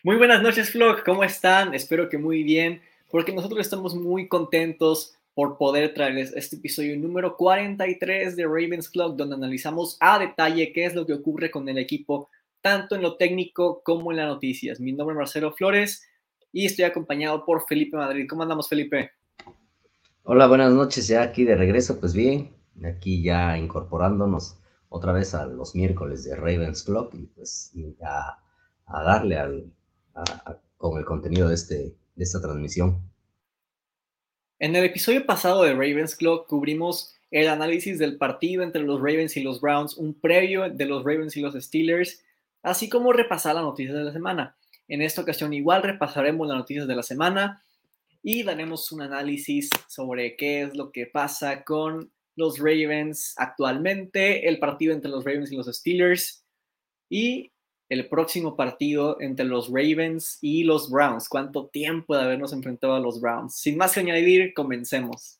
Muy buenas noches, Flock. ¿Cómo están? Espero que muy bien, porque nosotros estamos muy contentos por poder traerles este episodio número 43 de Ravens Club, donde analizamos a detalle qué es lo que ocurre con el equipo, tanto en lo técnico como en las noticias. Mi nombre es Marcelo Flores y estoy acompañado por Felipe Madrid. ¿Cómo andamos, Felipe? Hola, buenas noches, ya aquí de regreso, pues bien, aquí ya incorporándonos otra vez a los miércoles de Ravens Club y pues a darle con el contenido de esta transmisión. En el episodio pasado de Ravens Club cubrimos el análisis del partido entre los Ravens y los Browns, un previo de los Ravens y los Steelers, así como repasar las noticias de la semana. En esta ocasión igual repasaremos las noticias de la semana y daremos un análisis sobre qué es lo que pasa con los Ravens actualmente, el partido entre los Ravens y los Steelers y el próximo partido entre los Ravens y los Browns. ¿Cuánto tiempo de habernos enfrentado a los Browns? Sin más que añadir, comencemos.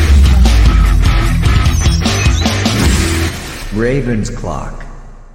Ravens Clock.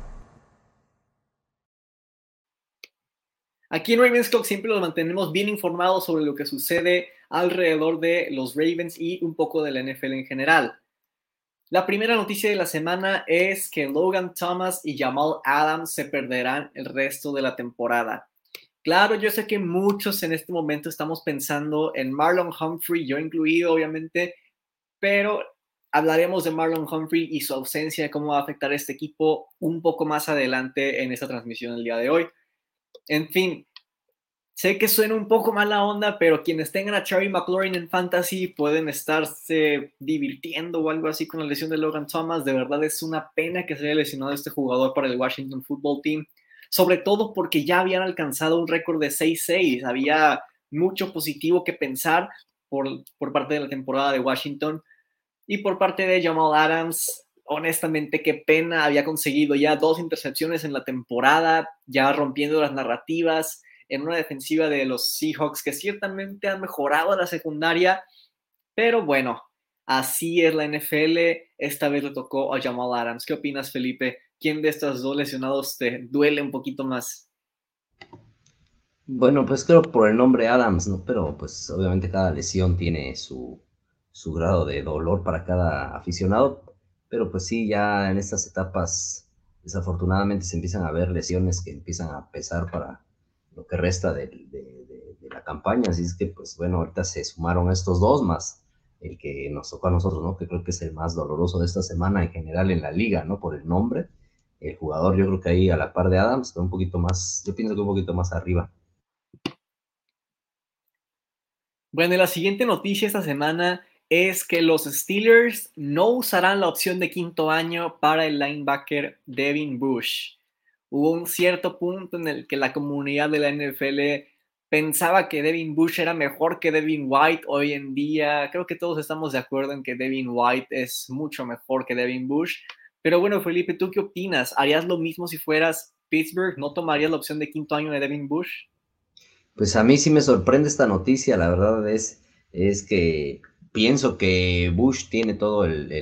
Aquí en Ravens Clock siempre los mantenemos bien informados sobre lo que sucede alrededor de los Ravens y un poco de la NFL en general. La primera noticia de la semana es que Logan Thomas y Jamal Adams se perderán el resto de la temporada. Claro, yo sé que muchos en este momento estamos pensando en Marlon Humphrey, yo incluido obviamente, pero hablaremos de Marlon Humphrey y su ausencia, cómo va a afectar a este equipo un poco más adelante en esta transmisión el día de hoy. En fin, sé que suena un poco mala onda, pero quienes tengan a Terry McLaurin en Fantasy pueden estarse divirtiendo o algo así con la lesión de Logan Thomas. De verdad es una pena que se haya lesionado este jugador para el Washington Football Team, sobre todo porque ya habían alcanzado un récord de 6-6. Había mucho positivo que pensar por parte de la temporada de Washington. Y por parte de Jamal Adams, honestamente, qué pena. Había conseguido ya 2 intercepciones en la temporada, ya rompiendo las narrativas en una defensiva de los Seahawks que ciertamente han mejorado la secundaria, pero bueno, así es la NFL. Esta vez le tocó a Jamal Adams. ¿Qué opinas, Felipe? ¿Quién de estos dos lesionados te duele un poquito más? Bueno, pues creo por el nombre Adams, ¿no? Pero pues obviamente cada lesión tiene su grado de dolor para cada aficionado, pero pues sí, ya en estas etapas desafortunadamente se empiezan a ver lesiones que empiezan a pesar para lo que resta de la campaña, así es que pues bueno, ahorita se sumaron estos dos más el que nos tocó a nosotros, ¿no? Que creo que es el más doloroso de esta semana en general en la liga, ¿no? Por el nombre, el jugador yo creo que ahí a la par de Adams, pero un poquito más, yo pienso que un poquito más arriba. Bueno, y la siguiente noticia esta semana es que los Steelers no usarán la opción de quinto año para el linebacker Devin Bush. Hubo un cierto punto en el que la comunidad de la NFL pensaba que Devin Bush era mejor que Devin White. Hoy en día creo que todos estamos de acuerdo en que Devin White es mucho mejor que Devin Bush. Pero bueno, Felipe, ¿tú qué opinas? ¿Harías lo mismo si fueras Pittsburgh? ¿No tomarías la opción de quinto año de Devin Bush? Pues a mí sí me sorprende esta noticia, la verdad es que pienso que Bush tiene todo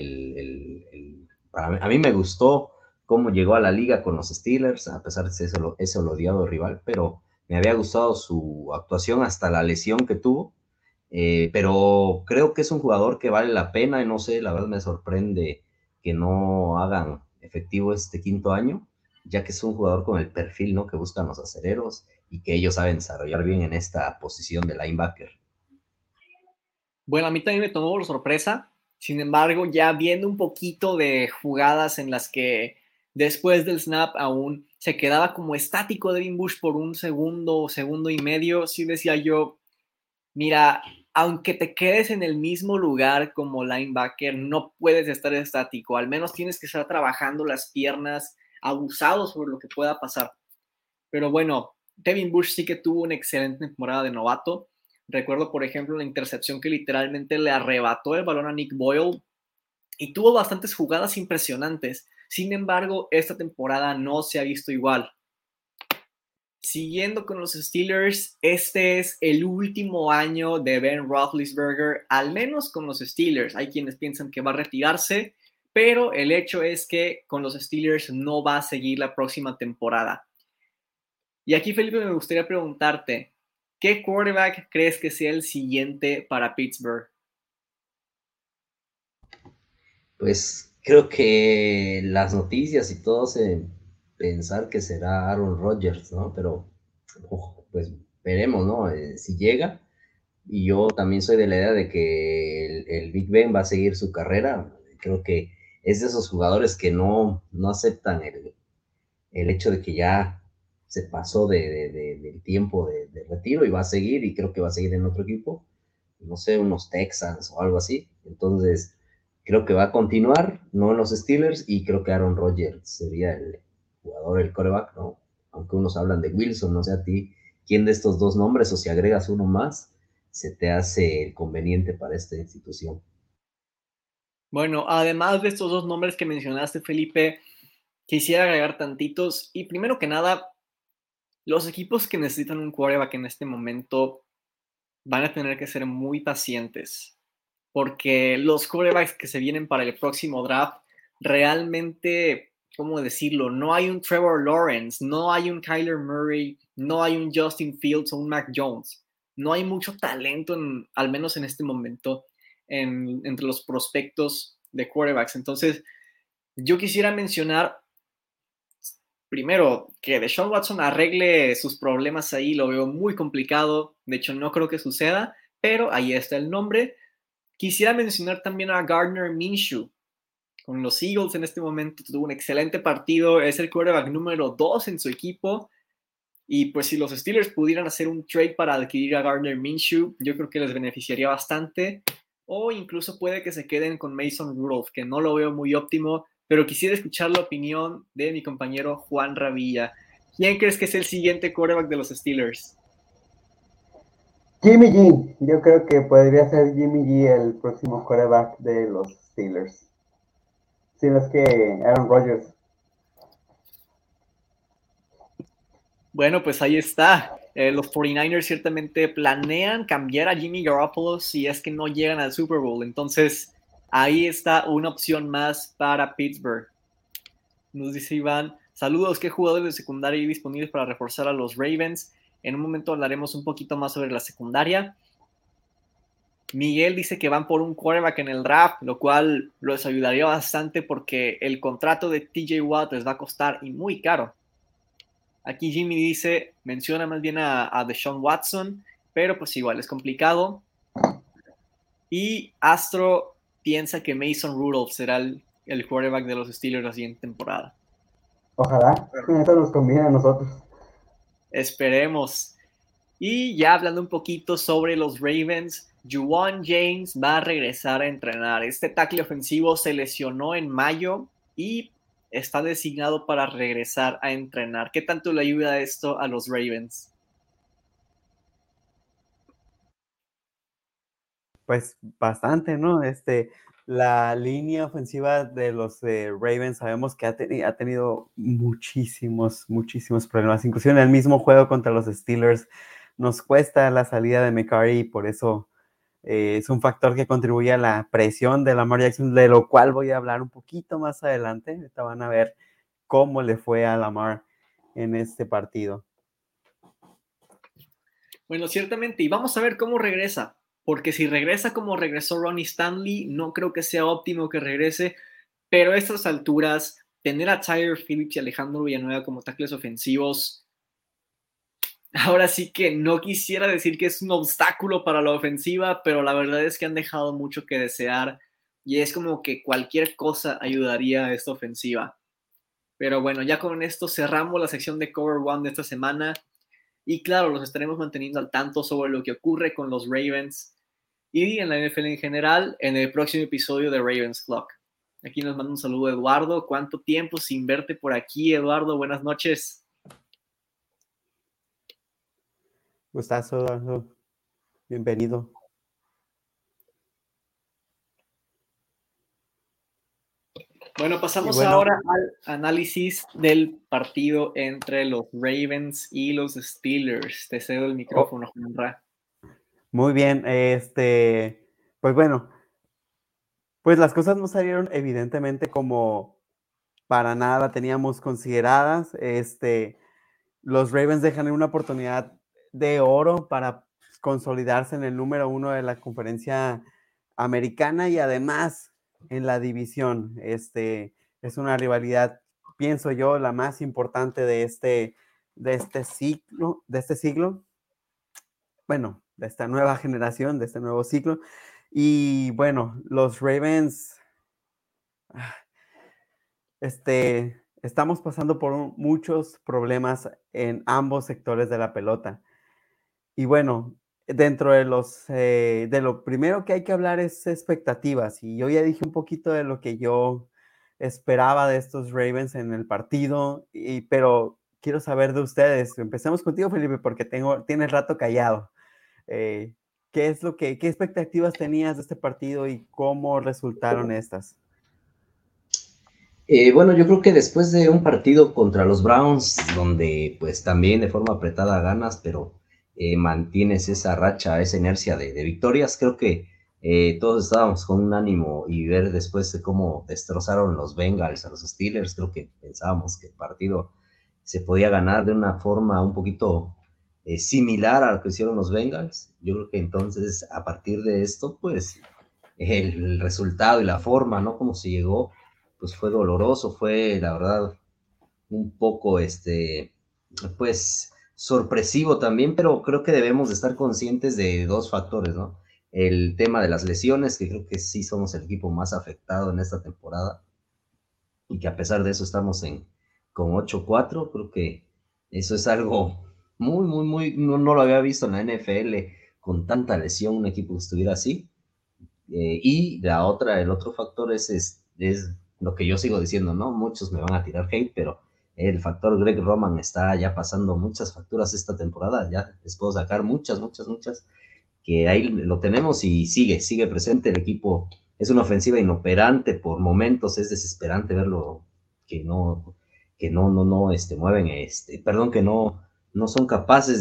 a mí me gustó cómo llegó a la liga con los Steelers, a pesar de ser ese odiado rival, pero me había gustado su actuación hasta la lesión que tuvo, pero creo que es un jugador que vale la pena y no sé, la verdad me sorprende que no hagan efectivo este quinto año, ya que es un jugador con el perfil, ¿no? Que buscan los aceleros y que ellos saben desarrollar bien en esta posición de linebacker. Bueno, a mí también me tomó por sorpresa. Sin embargo, ya viendo un poquito de jugadas en las que después del snap aún se quedaba como estático Devin Bush por un segundo, segundo y medio, sí decía yo, mira, aunque te quedes en el mismo lugar como linebacker, no puedes estar estático. Al menos tienes que estar trabajando las piernas, abusado sobre lo que pueda pasar. Pero bueno, Devin Bush sí que tuvo una excelente temporada de novato. Recuerdo, por ejemplo, la intercepción que literalmente le arrebató el balón a Nick Boyle y tuvo bastantes jugadas impresionantes. Sin embargo, esta temporada no se ha visto igual. Siguiendo con los Steelers, este es el último año de Ben Roethlisberger, al menos con los Steelers. Hay quienes piensan que va a retirarse, pero el hecho es que con los Steelers no va a seguir la próxima temporada. Y aquí, Felipe, me gustaría preguntarte, ¿qué quarterback crees que sea el siguiente para Pittsburgh? Pues creo que las noticias y todo se pensar que será Aaron Rodgers, ¿no? Pero pues veremos, ¿no? Si llega. Y yo también soy de la idea de que el Big Ben va a seguir su carrera. Creo que es de esos jugadores que no aceptan el hecho de que ya se pasó del tiempo de retiro y va a seguir, y creo que va a seguir en otro equipo, no sé, unos Texans o algo así. Entonces, creo que va a continuar, no en los Steelers, y creo que Aaron Rodgers sería el jugador, el quarterback, ¿no? Aunque unos hablan de Wilson, no sé a ti, quién de estos dos nombres, o si agregas uno más, se te hace conveniente para esta institución. Bueno, además de estos dos nombres que mencionaste, Felipe, quisiera agregar tantitos. Y primero que nada, los equipos que necesitan un quarterback en este momento van a tener que ser muy pacientes, porque los quarterbacks que se vienen para el próximo draft realmente, ¿cómo decirlo? No hay un Trevor Lawrence, no hay un Kyler Murray, no hay un Justin Fields o un Mac Jones. No hay mucho talento, al menos en este momento, entre los prospectos de quarterbacks. Entonces, yo quisiera mencionar primero que Deshaun Watson arregle sus problemas ahí, lo veo muy complicado. De hecho, no creo que suceda, pero ahí está el nombre. Quisiera mencionar también a Gardner Minshew. Con los Eagles en este momento tuvo un excelente partido, es el quarterback número 2 en su equipo. Y pues si los Steelers pudieran hacer un trade para adquirir a Gardner Minshew, yo creo que les beneficiaría bastante. O incluso puede que se queden con Mason Rudolph, que no lo veo muy óptimo, pero quisiera escuchar la opinión de mi compañero Juan Ravilla. ¿Quién crees que es el siguiente quarterback de los Steelers? Jimmy G, yo creo que podría ser Jimmy G el próximo quarterback de los Steelers. Si no es que Aaron Rodgers. Bueno, pues ahí está. Los 49ers ciertamente planean cambiar a Jimmy Garoppolo si es que no llegan al Super Bowl. Entonces, ahí está una opción más para Pittsburgh. Nos dice Iván, saludos, ¿qué jugadores de secundaria hay disponibles para reforzar a los Ravens? En un momento hablaremos un poquito más sobre la secundaria. Miguel dice que van por un quarterback en el draft, lo cual los ayudaría bastante porque el contrato de TJ Watt les va a costar y muy caro. Aquí Jimmy dice, menciona más bien a Deshaun Watson, pero pues igual es complicado. Y Astro piensa que Mason Rudolph será el quarterback de los Steelers la siguiente temporada. Ojalá, eso nos conviene a nosotros. Esperemos. Y ya hablando un poquito sobre los Ravens, Juwan James va a regresar a entrenar. Este tackle ofensivo se lesionó en mayo y está designado para regresar a entrenar. ¿Qué tanto le ayuda esto a los Ravens? Pues bastante, ¿no? La línea ofensiva de los Ravens sabemos que ha tenido muchísimos problemas. Inclusive en el mismo juego contra los Steelers nos cuesta la salida de McCarry y por eso es un factor que contribuye a la presión de Lamar Jackson, de lo cual voy a hablar un poquito más adelante. Ahorita van a ver cómo le fue a Lamar en este partido. Bueno, ciertamente, y vamos a ver cómo regresa, porque si regresa como regresó Ronnie Stanley, no creo que sea óptimo que regrese, pero a estas alturas, tener a Tyler Phillips y Alejandro Villanueva como tackles ofensivos, ahora sí que no quisiera decir que es un obstáculo para la ofensiva, pero la verdad es que han dejado mucho que desear y es como que cualquier cosa ayudaría a esta ofensiva. Pero bueno, ya con esto cerramos la sección de Cover One de esta semana. Y claro, los estaremos manteniendo al tanto sobre lo que ocurre con los Ravens y en la NFL en general en el próximo episodio de Ravens Clock. Aquí nos manda un saludo Eduardo. ¿Cuánto tiempo sin verte por aquí, Eduardo? Buenas noches. Gustazo, Eduardo. Bienvenido. Bueno, pasamos ahora al análisis del partido entre los Ravens y los Steelers. Te cedo el micrófono, Juanra. Muy bien, pues bueno, pues las cosas no salieron evidentemente como para nada teníamos consideradas, los Ravens dejan una oportunidad de oro para consolidarse en el número 1 de la conferencia americana y además en la división. Es una rivalidad, pienso yo, la más importante de este siglo. Bueno, de esta nueva generación, de este nuevo ciclo. Y bueno, los Ravens, estamos pasando por muchos problemas en ambos sectores de la pelota. Y bueno, dentro de lo primero que hay que hablar es expectativas. Y yo ya dije un poquito de lo que yo esperaba de estos Ravens en el partido, pero quiero saber de ustedes. Empecemos contigo, Felipe, porque tienes rato callado. ¿Qué expectativas tenías de este partido y cómo resultaron estas? Bueno, yo creo que después de un partido contra los Browns, donde pues también de forma apretada ganas, pero mantienes esa racha, esa inercia de victorias, creo que todos estábamos con un ánimo y ver después de cómo destrozaron los Bengals a los Steelers, creo que pensábamos que el partido se podía ganar de una forma un poquito similar a lo que hicieron los Bengals. Yo creo que entonces a partir de esto, pues el resultado y la forma, ¿no? Cómo se llegó, pues fue doloroso, fue la verdad un poco, pues sorpresivo también, pero creo que debemos de estar conscientes de dos factores, ¿no? El tema de las lesiones, que creo que sí somos el equipo más afectado en esta temporada y que a pesar de eso estamos con 8-4, creo que eso es algo muy, no lo había visto en la NFL con tanta lesión, un equipo que estuviera así. Y el otro factor es lo que yo sigo diciendo, ¿no? Muchos me van a tirar hate, pero el factor Greg Roman está ya pasando muchas facturas esta temporada, ya les puedo sacar muchas, que ahí lo tenemos y sigue presente el equipo. Es una ofensiva inoperante por momentos, es desesperante verlo que no mueven, perdón, que no son capaces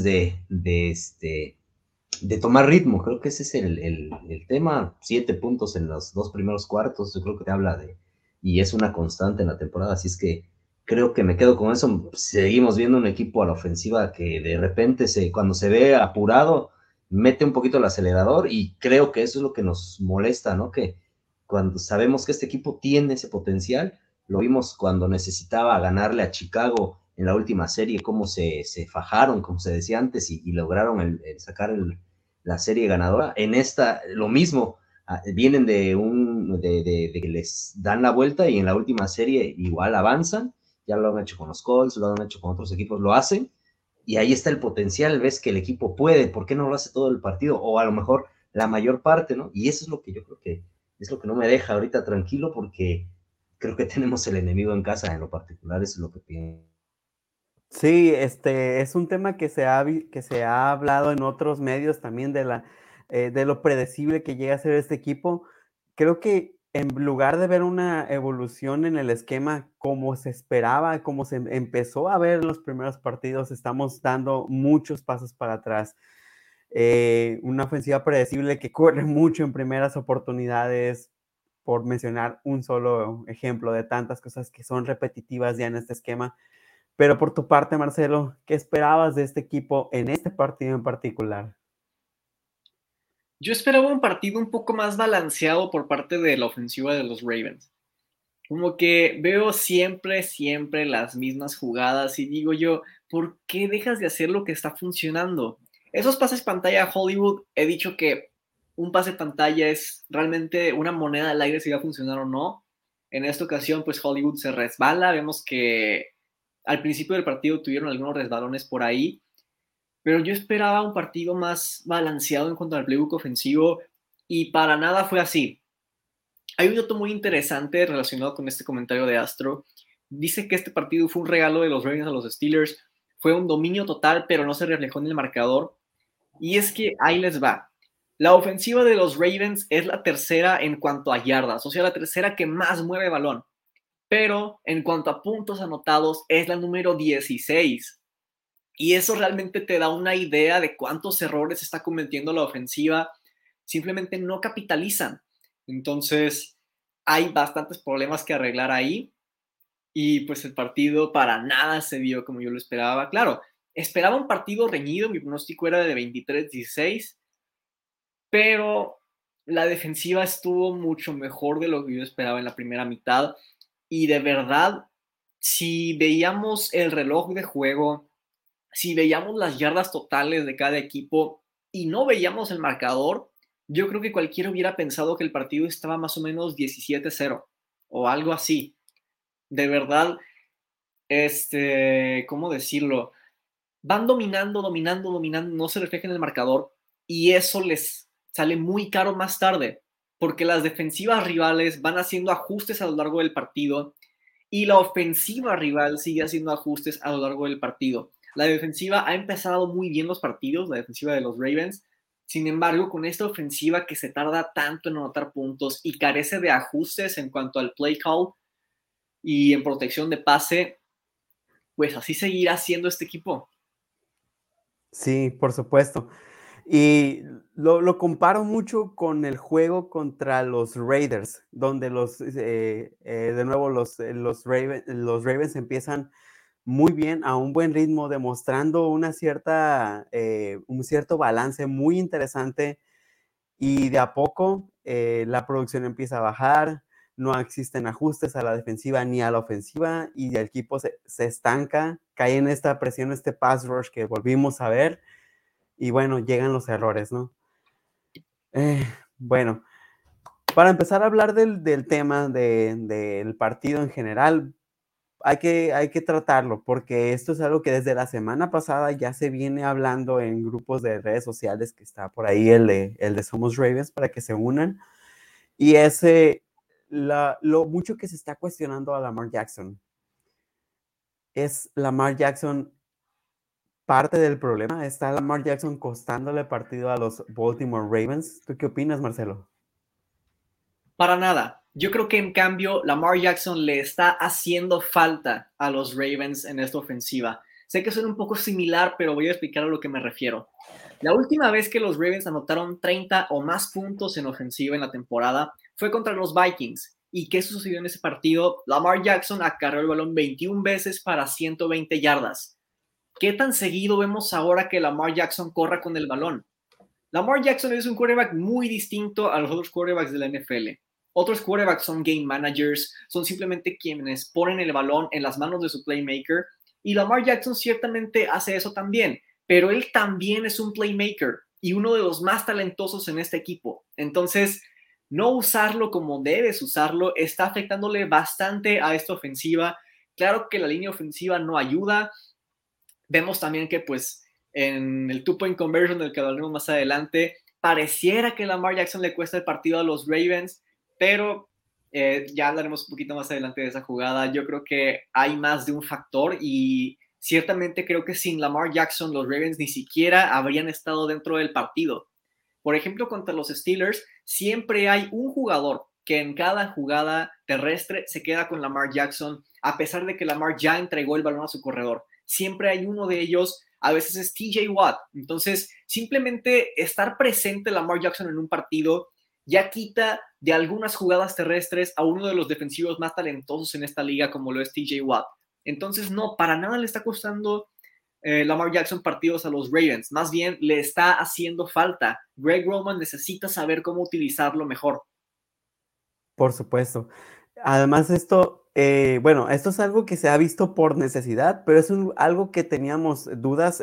de tomar ritmo. Creo que ese es el tema. 7 puntos en los 2 primeros cuartos, yo creo que te habla y es una constante en la temporada, así es que creo que me quedo con eso. Seguimos viendo un equipo a la ofensiva que de repente cuando se ve apurado, mete un poquito el acelerador y creo que eso es lo que nos molesta, ¿no? Que cuando sabemos que este equipo tiene ese potencial, lo vimos cuando necesitaba ganarle a Chicago en la última serie, cómo se fajaron, como se decía antes, y lograron sacar la serie ganadora. En esta, lo mismo, vienen de que les dan la vuelta y en la última serie igual avanzan, ya lo han hecho con los Colts, lo han hecho con otros equipos, lo hacen, y ahí está el potencial, ves que el equipo puede, ¿por qué no lo hace todo el partido? O a lo mejor la mayor parte, ¿no? Y eso es lo que yo creo que es lo que no me deja ahorita tranquilo, porque creo que tenemos el enemigo en casa en lo particular, eso es lo que pienso. Sí, es un tema que que se ha hablado en otros medios también de lo predecible que llega a ser este equipo. Creo que en lugar de ver una evolución en el esquema como se esperaba, como se empezó a ver en los primeros partidos, estamos dando muchos pasos para atrás. Una ofensiva predecible que corre mucho en primeras oportunidades, por mencionar un solo ejemplo de tantas cosas que son repetitivas ya en este esquema. Pero por tu parte, Marcelo, ¿qué esperabas de este equipo en este partido en particular? Yo esperaba un partido un poco más balanceado por parte de la ofensiva de los Ravens. Como que veo siempre las mismas jugadas y digo yo, ¿por qué dejas de hacer lo que está funcionando? Esos pases pantalla a Hollywood, he dicho que un pase pantalla es realmente una moneda al aire si va a funcionar o no. En esta ocasión, pues Hollywood se resbala. Vemos que al principio del partido tuvieron algunos resbalones por ahí, pero yo esperaba un partido más balanceado en cuanto al playbook ofensivo y para nada fue así. Hay un dato muy interesante relacionado con este comentario de Astro. Dice que este partido fue un regalo de los Ravens a los Steelers. Fue un dominio total, pero no se reflejó en el marcador. Y es que ahí les va. La ofensiva de los Ravens es la tercera en cuanto a yardas, o sea, la tercera que más mueve balón. Pero en cuanto a puntos anotados, es la número 16. Y eso realmente te da una idea de cuántos errores está cometiendo la ofensiva. Simplemente no capitalizan. Entonces, hay bastantes problemas que arreglar ahí y pues el partido para nada se vio como yo lo esperaba. Claro, Esperaba un partido reñido, mi pronóstico era de 23-16, pero la defensiva estuvo mucho mejor de lo que yo esperaba en la primera mitad. Y de verdad, si veíamos el reloj de juego, si veíamos las yardas totales de cada equipo y no veíamos el marcador, yo creo que cualquiera hubiera pensado que el partido estaba más o menos 17-0 o algo así. De verdad, ¿cómo decirlo? Van dominando, no se refleja en el marcador y eso les sale muy caro más tarde, porque las defensivas rivales van haciendo ajustes a lo largo del partido y la ofensiva rival sigue haciendo ajustes a lo largo del partido. La defensiva ha empezado muy bien los partidos, la defensiva de los Ravens. Sin embargo, con esta ofensiva que se tarda tanto en anotar puntos y carece de ajustes en cuanto al play call y en protección de pase, pues así seguirá siendo este equipo. Sí, por supuesto. Y lo comparo mucho con el juego contra los Raiders, donde de nuevo los Ravens empiezan muy bien, a un buen ritmo, demostrando un cierto balance muy interesante, y de a poco la producción empieza a bajar, no existen ajustes a la defensiva ni a la ofensiva, y el equipo se estanca, cae en esta presión, este pass rush que volvimos a ver, y bueno, llegan los errores, ¿no? Bueno, para empezar a hablar del tema del partido en general, hay que tratarlo, porque esto es algo que desde la semana pasada ya se viene hablando en grupos de redes sociales, que está por ahí el de Somos Ravens, para que se unan, y es lo mucho que se está cuestionando a Lamar Jackson. ¿Es Lamar Jackson parte del problema? ¿Está Lamar Jackson costándole partido a los Baltimore Ravens? ¿Tú qué opinas, Marcelo? Para nada. Yo creo que en cambio Lamar Jackson le está haciendo falta a los Ravens en esta ofensiva. Sé que suena un poco similar, pero voy a explicar a lo que me refiero. La última vez que los Ravens anotaron 30 o más puntos en ofensiva en la temporada fue contra los Vikings. ¿Y qué sucedió en ese partido? Lamar Jackson acarreó el balón 21 veces para 120 yardas. ¿Qué tan seguido vemos ahora que Lamar Jackson corra con el balón? Lamar Jackson es un quarterback muy distinto a los otros quarterbacks de la NFL. Otros quarterbacks son game managers, son simplemente quienes ponen el balón en las manos de su playmaker, y Lamar Jackson ciertamente hace eso también, pero él también es un playmaker y uno de los más talentosos en este equipo. Entonces, no usarlo como debes usarlo está afectándole bastante a esta ofensiva. Claro que la línea ofensiva no ayuda. Vemos también que pues en el two-point conversion del que hablaremos más adelante, pareciera que Lamar Jackson le cuesta el partido a los Ravens, pero ya hablaremos un poquito más adelante de esa jugada. Yo creo que hay más de un factor y ciertamente creo que sin Lamar Jackson los Ravens ni siquiera habrían estado dentro del partido. Por ejemplo, contra los Steelers siempre hay un jugador que en cada jugada terrestre se queda con Lamar Jackson, a pesar de que Lamar ya entregó el balón a su corredor. Siempre hay uno de ellos, a veces es TJ Watt. Entonces, simplemente estar presente Lamar Jackson en un partido ya quita de algunas jugadas terrestres a uno de los defensivos más talentosos en esta liga, como lo es TJ Watt. Entonces, no, para nada le está costando Lamar Jackson partidos a los Ravens. Más bien, le está haciendo falta. Greg Roman necesita saber cómo utilizarlo mejor. Por supuesto. Además, esto es algo que se ha visto por necesidad, pero es algo que teníamos dudas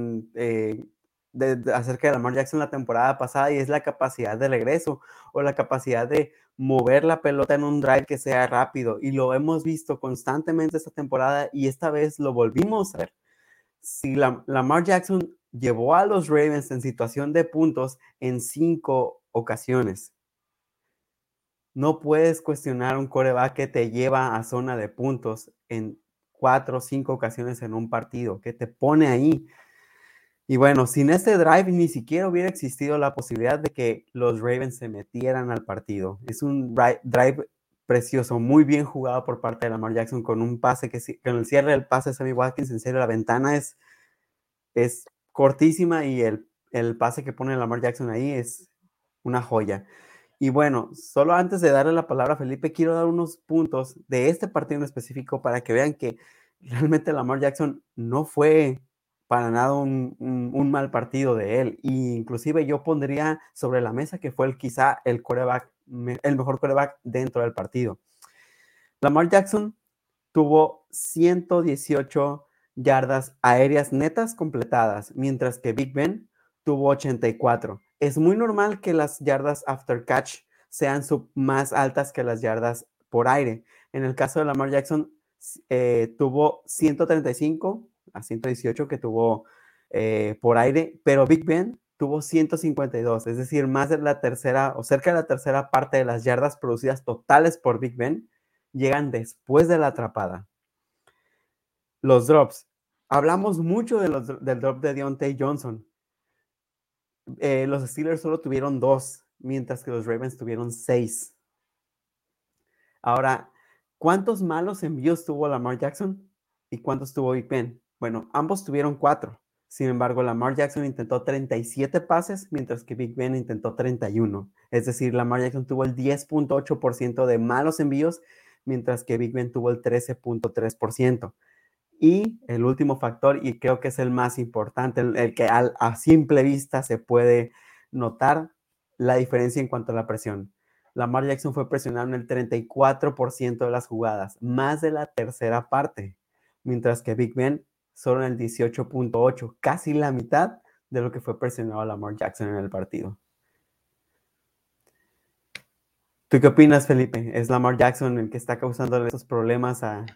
acerca de Lamar Jackson la temporada pasada, y es la capacidad de regreso o la capacidad de mover la pelota en un drive que sea rápido, y lo hemos visto constantemente esta temporada, y esta vez lo volvimos a ver. Si Lamar Jackson llevó a los Ravens en situación de puntos en 5 ocasiones. No puedes cuestionar un quarterback que te lleva a zona de puntos en 4 o 5 ocasiones en un partido, que te pone ahí. Y bueno, sin este drive ni siquiera hubiera existido la posibilidad de que los Ravens se metieran al partido. Es un drive precioso, muy bien jugado por parte de Lamar Jackson, con un pase con el cierre del pase de Sammy Watkins. En serio, la ventana es cortísima, y el pase que pone Lamar Jackson ahí es una joya. Y bueno, solo antes de darle la palabra a Felipe, quiero dar unos puntos de este partido en específico para que vean que realmente Lamar Jackson no fue para nada un mal partido de él. Y inclusive yo pondría sobre la mesa que fue quizá el mejor quarterback dentro del partido. Lamar Jackson tuvo 118 yardas aéreas netas completadas, mientras que Big Ben tuvo 84. Es muy normal que las yardas after catch sean más altas que las yardas por aire. En el caso de Lamar Jackson, tuvo 135 a 118 que tuvo por aire, pero Big Ben tuvo 152, es decir, más de la tercera o cerca de la tercera parte de las yardas producidas totales por Big Ben llegan después de la atrapada. Los drops. Hablamos mucho del drop de Diontae Johnson. Los Steelers solo tuvieron 2, mientras que los Ravens tuvieron 6. Ahora, ¿cuántos malos envíos tuvo Lamar Jackson y cuántos tuvo Big Ben? Bueno, ambos tuvieron 4. Sin embargo, Lamar Jackson intentó 37 pases, mientras que Big Ben intentó 31. Es decir, Lamar Jackson tuvo el 10.8% de malos envíos, mientras que Big Ben tuvo el 13.3%. Y el último factor, y creo que es el más importante, el que a simple vista se puede notar la diferencia en cuanto a la presión. Lamar Jackson fue presionado en el 34% de las jugadas, más de la tercera parte, mientras que Big Ben solo en el 18.8%, casi la mitad de lo que fue presionado a Lamar Jackson en el partido. ¿Tú qué opinas, Felipe? ¿Es Lamar Jackson el que está causando estos problemas a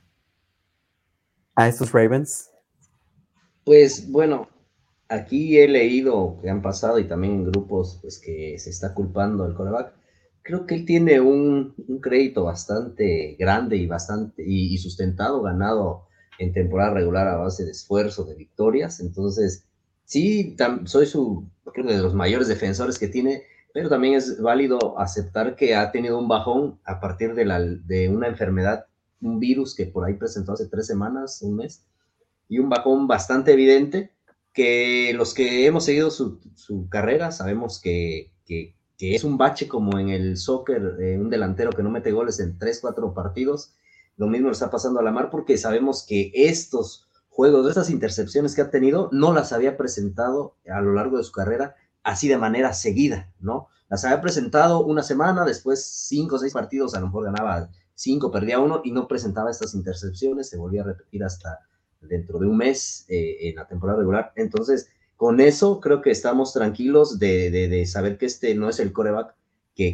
estos Ravens? Pues bueno, aquí he leído que han pasado y también en grupos pues, que se está culpando al quarterback. Creo que él tiene un crédito bastante grande y sustentado, ganado en temporada regular a base de esfuerzo, de victorias. Entonces, sí, soy creo que de los mayores defensores que tiene, pero también es válido aceptar que ha tenido un bajón a partir de una enfermedad, un virus que por ahí presentó hace 3 semanas, un mes, y un bajón bastante evidente que los que hemos seguido su carrera sabemos que es un bache como en el soccer, un delantero que no mete goles en 3-4 partidos. Lo mismo le está pasando a Lamar porque sabemos que estos juegos, estas intercepciones que ha tenido, no las había presentado a lo largo de su carrera así de manera seguida, ¿no? Las había presentado una semana, después 5 o 6 partidos, a lo mejor ganaba 5, perdía 1 y no presentaba estas intercepciones, se volvía a repetir hasta dentro de un mes en la temporada regular. Entonces, con eso creo que estamos tranquilos de saber que este no es el quarterback que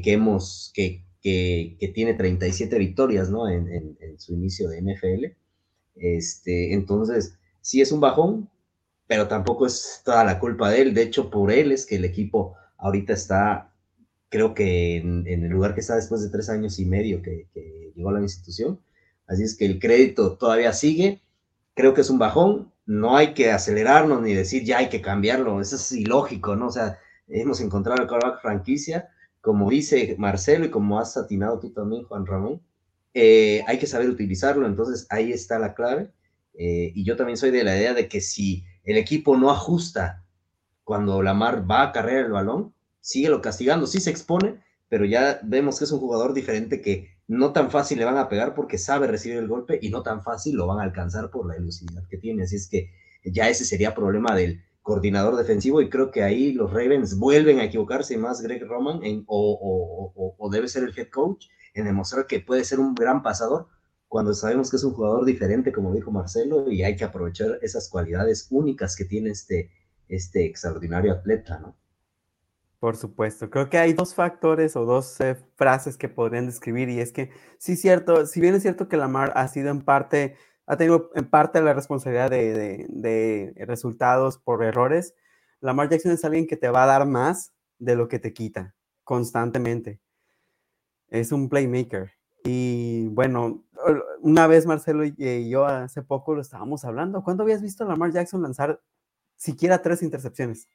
tiene 37 victorias, ¿no? En su inicio de NFL. Entonces, sí es un bajón, pero tampoco es toda la culpa de él. De hecho, por él es que el equipo ahorita está, creo que en el lugar que está después de 3 años y medio que llegó a la institución. Así es que el crédito todavía sigue. Creo que es un bajón, no hay que acelerarnos ni decir ya hay que cambiarlo, eso es ilógico, ¿no? O sea, hemos encontrado el quarterback franquicia, como dice Marcelo y como has atinado tú también, Juan Ramón, hay que saber utilizarlo, entonces ahí está la clave, y yo también soy de la idea de que si el equipo no ajusta cuando Lamar va a cargar el balón, síguelo castigando, sí se expone, pero ya vemos que es un jugador diferente que no tan fácil le van a pegar porque sabe recibir el golpe y no tan fácil lo van a alcanzar por la elusividad que tiene. Así es que ya ese sería problema del coordinador defensivo y creo que ahí los Ravens vuelven a equivocarse más Greg Roman o debe ser el head coach en demostrar que puede ser un gran pasador cuando sabemos que es un jugador diferente, como dijo Marcelo, y hay que aprovechar esas cualidades únicas que tiene este extraordinario atleta, ¿no? Por supuesto, creo que hay 2 factores o 2 frases que podrían describir, y es que sí, cierto, si bien es cierto que Lamar ha tenido en parte la responsabilidad de resultados por errores, Lamar Jackson es alguien que te va a dar más de lo que te quita constantemente. Es un playmaker. Y bueno, una vez Marcelo y yo hace poco lo estábamos hablando. ¿Cuándo habías visto a Lamar Jackson lanzar siquiera 3 intercepciones?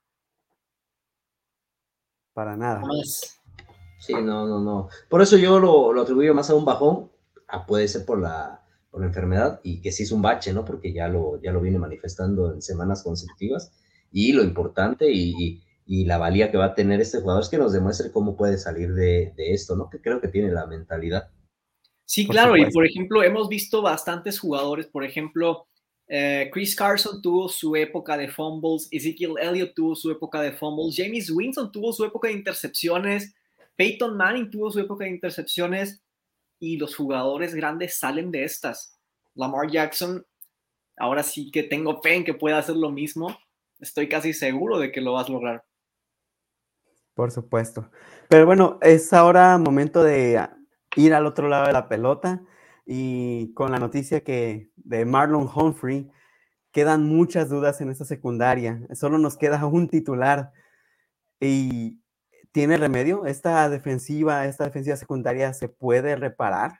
Para nada. Sí, no. Por eso yo lo atribuyo más a un bajón, puede ser por la enfermedad, y que sí es un bache, ¿no? Porque ya lo viene manifestando en semanas consecutivas, y lo importante y la valía que va a tener este jugador es que nos demuestre cómo puede salir de esto, ¿no? Que creo que tiene la mentalidad. Sí, claro, y por ejemplo, hemos visto bastantes jugadores, por ejemplo, Chris Carson tuvo su época de fumbles, Ezekiel Elliott tuvo su época de fumbles, Jameis Winston tuvo su época de intercepciones, Peyton Manning tuvo su época de intercepciones, y los jugadores grandes salen de estas. Lamar Jackson, ahora sí que tengo fe en que pueda hacer lo mismo. Estoy casi seguro de que lo vas a lograr. Por supuesto. Pero bueno, es ahora momento de ir al otro lado de la pelota, y con la noticia que de Marlon Humphrey, quedan muchas dudas en esta secundaria. Solo nos queda un titular. ¿Y tiene remedio? ¿Esta defensiva secundaria se puede reparar?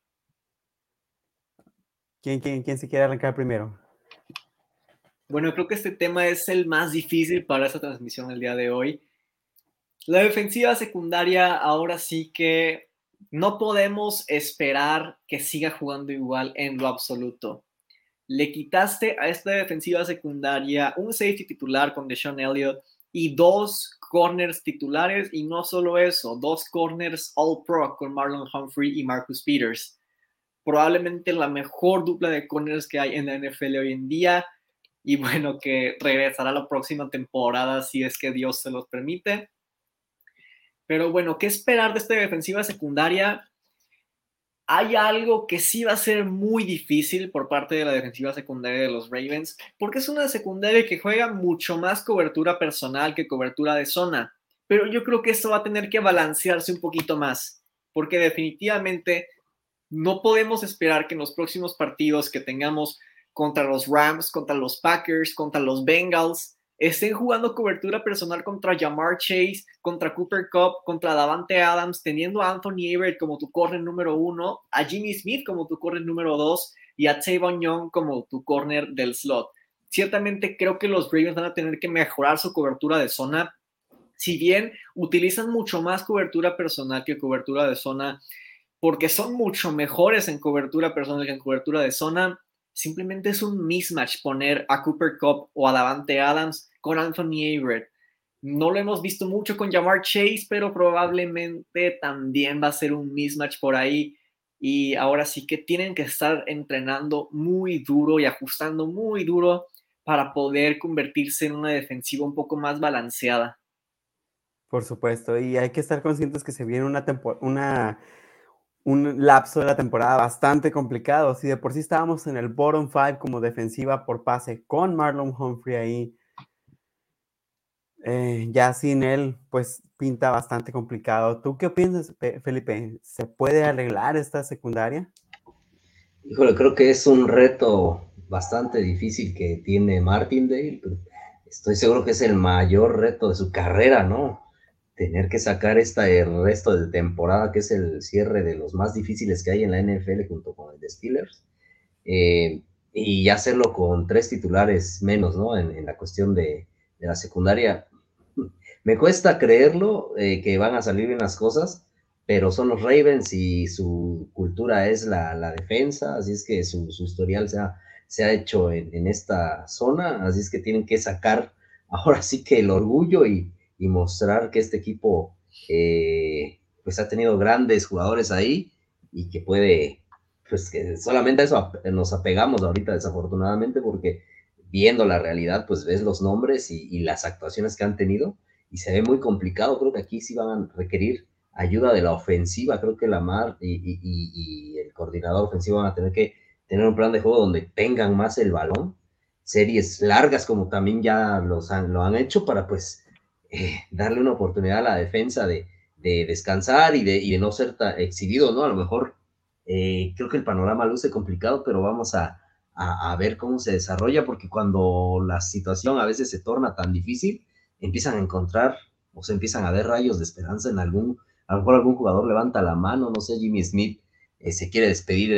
¿Quién se quiere arrancar primero? Bueno, creo que este tema es el más difícil para esta transmisión el día de hoy. La defensiva secundaria ahora sí que no podemos esperar que siga jugando igual en lo absoluto. Le quitaste a esta defensiva secundaria un safety titular con Deshaun Elliott y 2 corners titulares, y no solo eso, 2 corners All-Pro con Marlon Humphrey y Marcus Peters. Probablemente la mejor dupla de corners que hay en la NFL hoy en día, y bueno, que regresará la próxima temporada si es que Dios se los permite. Pero bueno, ¿qué esperar de esta defensiva secundaria? Hay algo que sí va a ser muy difícil por parte de la defensiva secundaria de los Ravens, porque es una secundaria que juega mucho más cobertura personal que cobertura de zona. Pero yo creo que esto va a tener que balancearse un poquito más, porque definitivamente no podemos esperar que en los próximos partidos que tengamos contra los Rams, contra los Packers, contra los Bengals, estén jugando cobertura personal contra Ja'Marr Chase, contra Cooper Kupp, contra Davante Adams, teniendo a Anthony Averett como tu corner número 1, a Jimmy Smith como tu corner número 2 y a Tavon Young como tu corner del slot. Ciertamente creo que los Ravens van a tener que mejorar su cobertura de zona. Si bien utilizan mucho más cobertura personal que cobertura de zona, porque son mucho mejores en cobertura personal que en cobertura de zona, simplemente es un mismatch poner a Cooper Kupp o a Davante Adams con Anthony Averett. No lo hemos visto mucho con Ja'Marr Chase, pero probablemente también va a ser un mismatch por ahí. Y ahora sí que tienen que estar entrenando muy duro y ajustando muy duro para poder convertirse en una defensiva un poco más balanceada. Por supuesto, y hay que estar conscientes que se viene un lapso de la temporada bastante complicado. Si de por sí estábamos en el bottom 5 como defensiva por pase con Marlon Humphrey ahí, ya sin él, pues pinta bastante complicado. ¿Tú qué opinas, Felipe? ¿Se puede arreglar esta secundaria? Híjole, creo que es un reto bastante difícil que tiene Martindale. Estoy seguro que es el mayor reto de su carrera, ¿no? Tener que sacar el resto de temporada, que es el cierre de los más difíciles que hay en la NFL junto con el de Steelers, y hacerlo con 3 titulares menos, ¿no? En la cuestión de la secundaria. Me cuesta creerlo, que van a salir bien las cosas, pero son los Ravens y su cultura es la defensa, así es que su historial se ha hecho en esta zona, así es que tienen que sacar ahora sí que el orgullo y mostrar que este equipo pues ha tenido grandes jugadores ahí y que puede, pues que solamente a eso nos apegamos ahorita desafortunadamente, porque viendo la realidad pues ves los nombres y las actuaciones que han tenido y se ve muy complicado. Creo que aquí sí van a requerir ayuda de la ofensiva. Creo que Lamar y el coordinador ofensivo van a tener que tener un plan de juego donde tengan más el balón, series largas como también ya lo han hecho, para pues darle una oportunidad a la defensa de descansar y de no ser tan exhibido, ¿no? A lo mejor creo que el panorama luce complicado, pero vamos a ver cómo se desarrolla, porque cuando la situación a veces se torna tan difícil, empiezan a encontrar o se empiezan a ver rayos de esperanza en a lo mejor algún jugador levanta la mano, no sé, Jimmy Smith se quiere despedir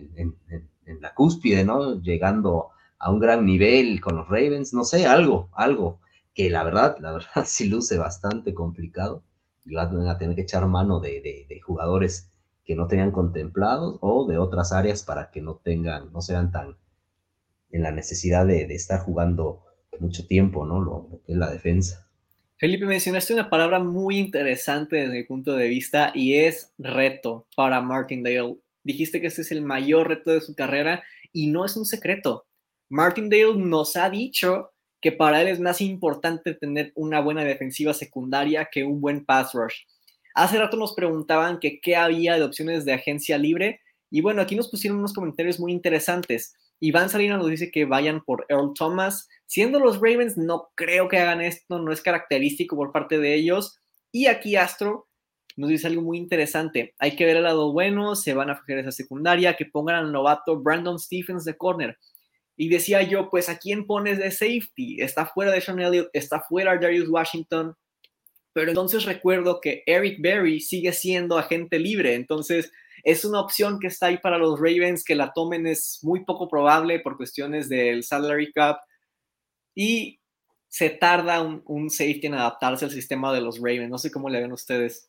en la cúspide, ¿no? Llegando a un gran nivel con los Ravens, no sé, algo que la verdad sí luce bastante complicado, y van a tener que echar mano de jugadores que no tenían contemplados o de otras áreas para que no sean tan en la necesidad de estar jugando mucho tiempo, ¿no? Lo que es la defensa. Felipe, mencionaste una palabra muy interesante desde mi punto de vista y es reto para Martindale. Dijiste que este es el mayor reto de su carrera y no es un secreto. Martindale nos ha dicho que para él es más importante tener una buena defensiva secundaria que un buen pass rush. Hace rato nos preguntaban que qué había de opciones de agencia libre, y bueno, aquí nos pusieron unos comentarios muy interesantes. Iván Salinas nos dice que vayan por Earl Thomas. Siendo los Ravens, no creo que hagan esto, no es característico por parte de ellos. Y aquí Astro nos dice algo muy interesante. Hay que ver el lado bueno, se van a fijar esa secundaria, que pongan al novato Brandon Stephens de corner. Y decía yo, pues, ¿a quién pones de safety? Está fuera de Sean Elliott, está fuera Darius Washington. Pero entonces recuerdo que Eric Berry sigue siendo agente libre. Entonces, es una opción que está ahí para los Ravens, que la tomen es muy poco probable por cuestiones del salary cap. Y se tarda un safety en adaptarse al sistema de los Ravens. No sé cómo le ven ustedes.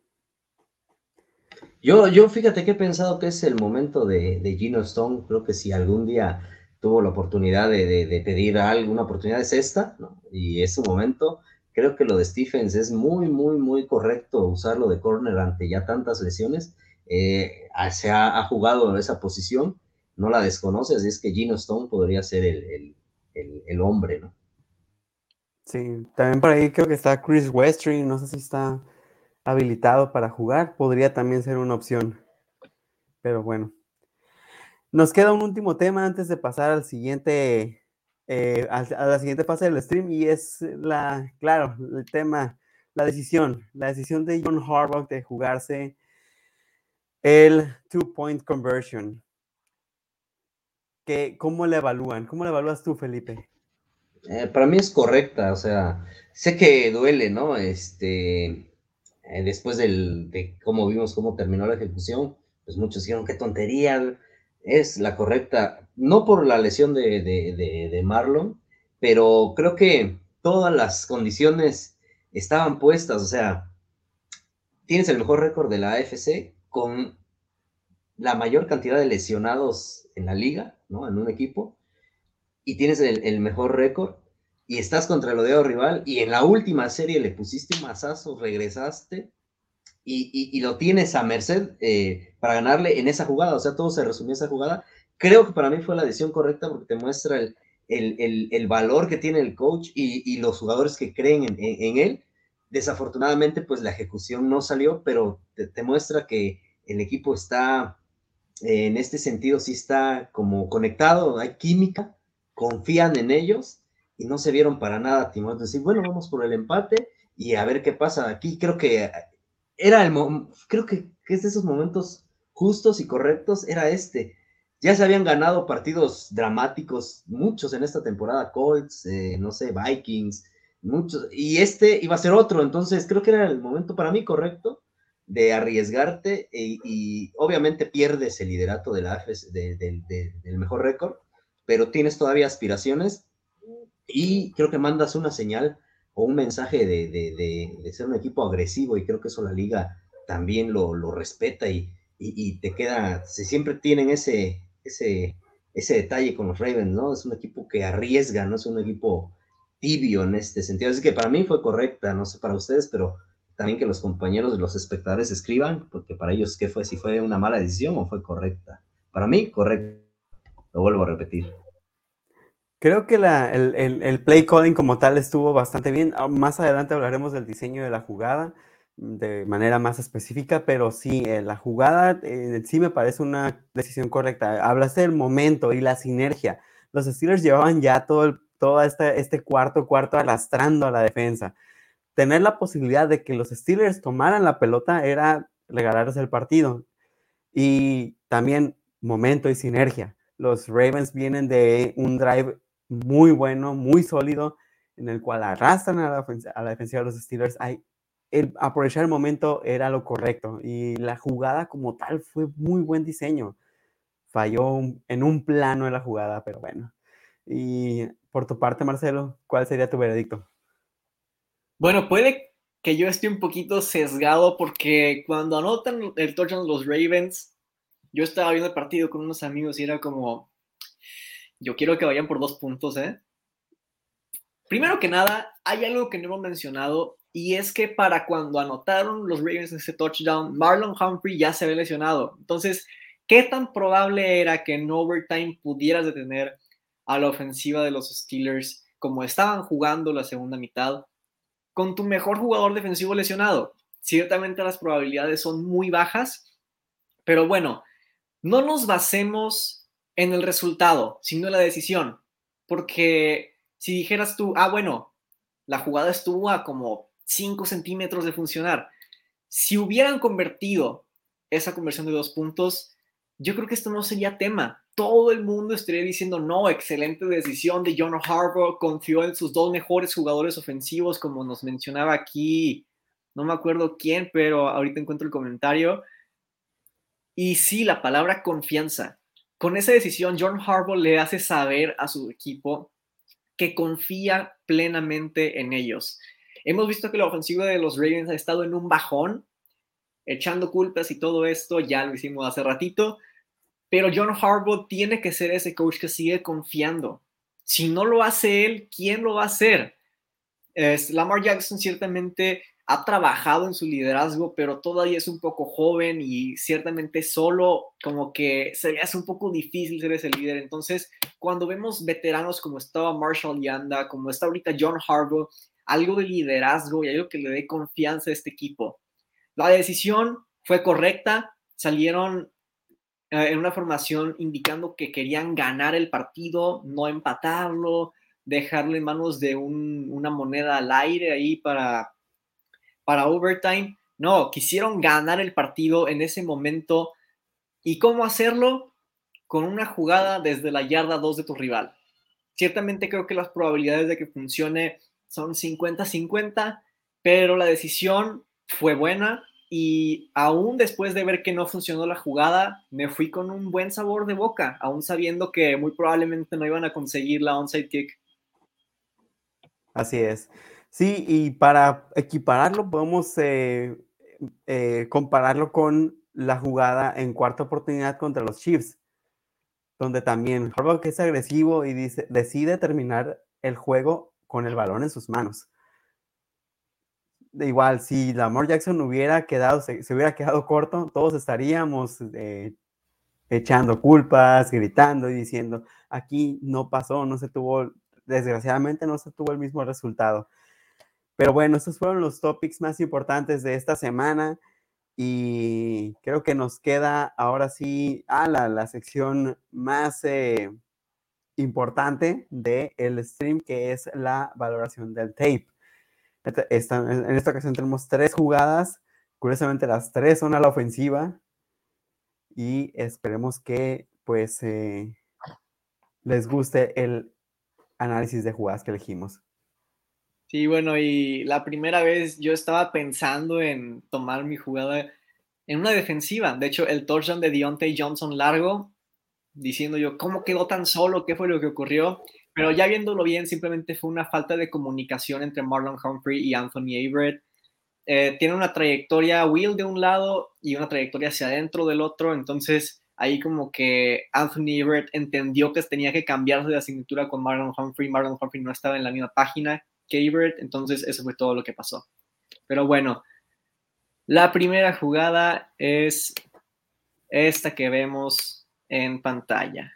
Yo fíjate que he pensado que es el momento de Geno Stone. Creo que si algún día tuvo la oportunidad de pedir algo, una oportunidad es esta, ¿no? Y es su momento. Creo que lo de Stephens es muy, muy, muy correcto usarlo de corner ante ya tantas lesiones. Se ha jugado esa posición, no la desconoce, así es que Geno Stone podría ser el hombre, ¿no? Sí, también por ahí creo que está Chris Westring, no sé si está habilitado para jugar, podría también ser una opción. Pero bueno. Nos queda un último tema antes de pasar al siguiente, a la siguiente fase del stream, y es claro, el tema, la decisión de John Harbaugh de jugarse el 2-point conversion. ¿Cómo le evalúan? ¿Cómo le evalúas tú, Felipe? Para mí es correcta, o sea, sé que duele, ¿no? Después de cómo vimos cómo terminó la ejecución, pues muchos dijeron, qué tontería, es la correcta, no por la lesión de Marlon, pero creo que todas las condiciones estaban puestas, o sea, tienes el mejor récord de la AFC con la mayor cantidad de lesionados en la liga, ¿no? En un equipo, y tienes el mejor récord, y estás contra el odiado rival, y en la última serie le pusiste un mazazo, regresaste, y lo tienes a merced para ganarle en esa jugada, o sea, todo se resumió en esa jugada. Creo que para mí fue la decisión correcta porque te muestra el valor que tiene el coach y los jugadores que creen en él. Desafortunadamente, pues la ejecución no salió, pero te muestra que el equipo está, en este sentido, sí está como conectado, hay química, confían en ellos y no se vieron para nada timoratos. Decir, bueno, vamos por el empate y a ver qué pasa aquí. Creo que creo que es de esos momentos justos y correctos, era este. Ya se habían ganado partidos dramáticos, muchos en esta temporada, Colts, no sé, Vikings, muchos, y este iba a ser otro, entonces creo que era el momento para mí correcto de arriesgarte y obviamente pierdes el liderato de la AFC, del mejor récord, pero tienes todavía aspiraciones y creo que mandas una señal o un mensaje de ser un equipo agresivo, y creo que eso la liga también lo respeta y te queda, siempre tienen ese detalle con los Ravens, ¿no? Es un equipo que arriesga, no es un equipo tibio en este sentido. Así que para mí fue correcta, no sé para ustedes, pero también que los compañeros de los espectadores escriban, porque para ellos, ¿qué fue? Si fue una mala decisión o fue correcta. Para mí, correcta. Lo vuelvo a repetir. Creo que el play calling como tal estuvo bastante bien. Más adelante hablaremos del diseño de la jugada de manera más específica, pero sí, la jugada sí me parece una decisión correcta. Hablaste del momento y la sinergia. Los Steelers llevaban ya todo este cuarto arrastrando a la defensa. Tener la posibilidad de que los Steelers tomaran la pelota era regalarles el partido. Y también momento y sinergia. Los Ravens vienen de un drive muy bueno, muy sólido, en el cual arrastran a la defensiva de los Steelers. Aprovechar el momento era lo correcto, y la jugada como tal fue muy buen diseño. Falló en un plano de la jugada, pero bueno. Y por tu parte, Marcelo, ¿cuál sería tu veredicto? Bueno, puede que yo esté un poquito sesgado porque cuando anotan el touchdown los Ravens, yo estaba viendo el partido con unos amigos y era como, yo quiero que vayan por 2 puntos, ¿eh? Primero que nada, hay algo que no hemos mencionado, y es que para cuando anotaron los Ravens ese touchdown, Marlon Humphrey ya se había lesionado. Entonces, ¿qué tan probable era que en overtime pudieras detener a la ofensiva de los Steelers como estaban jugando la segunda mitad, con tu mejor jugador defensivo lesionado. Ciertamente las probabilidades son muy bajas, pero bueno, no nos basemos en el resultado, sino en la decisión, porque si dijeras tú, bueno, la jugada estuvo a como 5 centímetros de funcionar, si hubieran convertido esa conversión de 2 puntos, yo creo que esto no sería tema. Todo el mundo estaría diciendo, no, excelente decisión de John Harbaugh, confió en sus 2 mejores jugadores ofensivos, como nos mencionaba aquí, no me acuerdo quién, pero ahorita encuentro el comentario. Y sí, la palabra confianza. Con esa decisión, John Harbaugh le hace saber a su equipo que confía plenamente en ellos. Hemos visto que la ofensiva de los Ravens ha estado en un bajón, echando culpas y todo esto, ya lo hicimos hace ratito, pero John Harbaugh tiene que ser ese coach que sigue confiando. Si no lo hace él, ¿quién lo va a hacer? Lamar Jackson ciertamente ha trabajado en su liderazgo, pero todavía es un poco joven y ciertamente solo como que se le hace un poco difícil ser ese líder. Entonces, cuando vemos veteranos como estaba Marshall Yanda, como está ahorita John Harbaugh, algo de liderazgo y algo que le dé confianza a este equipo. La decisión fue correcta, salieron en una formación indicando que querían ganar el partido, no empatarlo, dejarle en manos de una moneda al aire ahí para overtime. No, quisieron ganar el partido en ese momento. ¿Y cómo hacerlo? Con una jugada desde la yarda 2 de tu rival. Ciertamente creo que las probabilidades de que funcione son 50-50, pero la decisión fue buena y aún después de ver que no funcionó la jugada, me fui con un buen sabor de boca, aún sabiendo que muy probablemente no iban a conseguir la onside kick. Así es. Sí, y para equipararlo, podemos compararlo con la jugada en cuarta oportunidad contra los Chiefs, donde también Harbaugh, que es agresivo y decide terminar el juego con el balón en sus manos. De igual, si Lamar Jackson se hubiera quedado corto, todos estaríamos echando culpas, gritando y diciendo, aquí no pasó, desgraciadamente no se tuvo el mismo resultado. Pero bueno, estos fueron los topics más importantes de esta semana y creo que nos queda ahora sí la sección más importante del stream, que es la valoración del tape. En esta ocasión tenemos 3 jugadas, curiosamente las 3 son a la ofensiva y esperemos que pues les guste el análisis de jugadas que elegimos. Sí, bueno, y la primera vez yo estaba pensando en tomar mi jugada en una defensiva. De hecho, el touchdown de Deontay Johnson largo, diciendo yo, ¿cómo quedó tan solo? ¿Qué fue lo que ocurrió? Pero ya viéndolo bien, simplemente fue una falta de comunicación entre Marlon Humphrey y Anthony Averett. Tiene una trayectoria wheel de un lado y una trayectoria hacia adentro del otro, entonces ahí como que Anthony Averett entendió que tenía que cambiarse de asignatura con Marlon Humphrey. Marlon Humphrey no estaba en la misma página que Averett, entonces eso fue todo lo que pasó. Pero bueno, la primera jugada es esta que vemos en pantalla.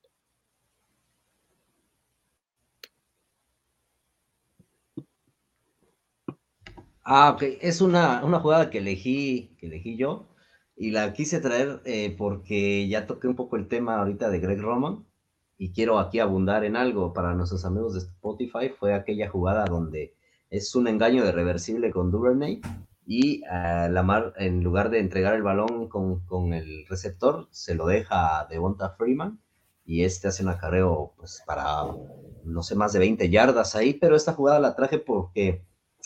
Ok, es una jugada que elegí yo y la quise traer porque ya toqué un poco el tema ahorita de Greg Roman y quiero aquí abundar en algo para nuestros amigos de Spotify. Fue aquella jugada donde es un engaño de reversible con Duvernay y Lamar, en lugar de entregar el balón con el receptor, se lo deja a Devonta Freeman y hace un acarreo pues, para no sé, más de 20 yardas ahí, pero esta jugada la traje porque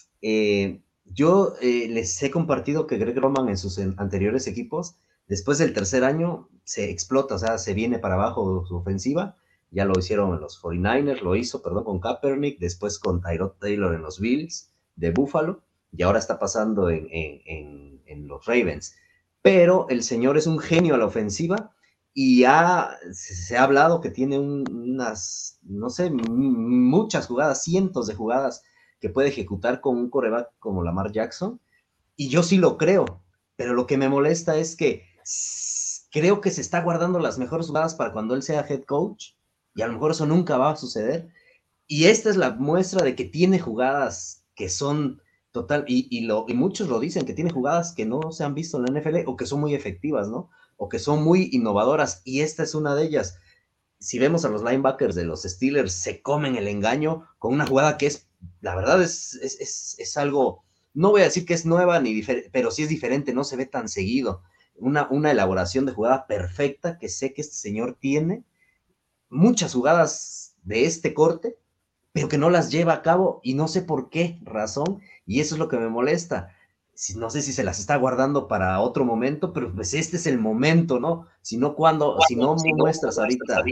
yo les he compartido que Greg Roman en sus anteriores equipos, después del tercer año, se explota, o sea, se viene para abajo su ofensiva. Ya lo hicieron en los 49ers, lo hizo, perdón, con Kaepernick, después con Tyrod Taylor en los Bills de Buffalo, y ahora está pasando en los Ravens. Pero el señor es un genio a la ofensiva y se ha hablado que tiene unas, no sé, muchas jugadas, cientos de jugadas que puede ejecutar con un quarterback como Lamar Jackson, y yo sí lo creo, pero lo que me molesta es que creo que se está guardando las mejores jugadas para cuando él sea head coach, y a lo mejor eso nunca va a suceder. Y esta es la muestra de que tiene jugadas que son total, y muchos lo dicen, que tiene jugadas que no se han visto en la NFL o que son muy efectivas, ¿no? O que son muy innovadoras, y esta es una de ellas. Si vemos a los linebackers de los Steelers, se comen el engaño con una jugada que es, la verdad, es algo, no voy a decir que es nueva, pero sí es diferente, no se ve tan seguido. Una elaboración de jugada perfecta que sé que este señor tiene, muchas jugadas de este corte, pero que no las lleva a cabo y no sé por qué razón, y eso es lo que me molesta. No sé si se las está guardando para otro momento, pero pues este es el momento, ¿no? Si no, si no muestras ahorita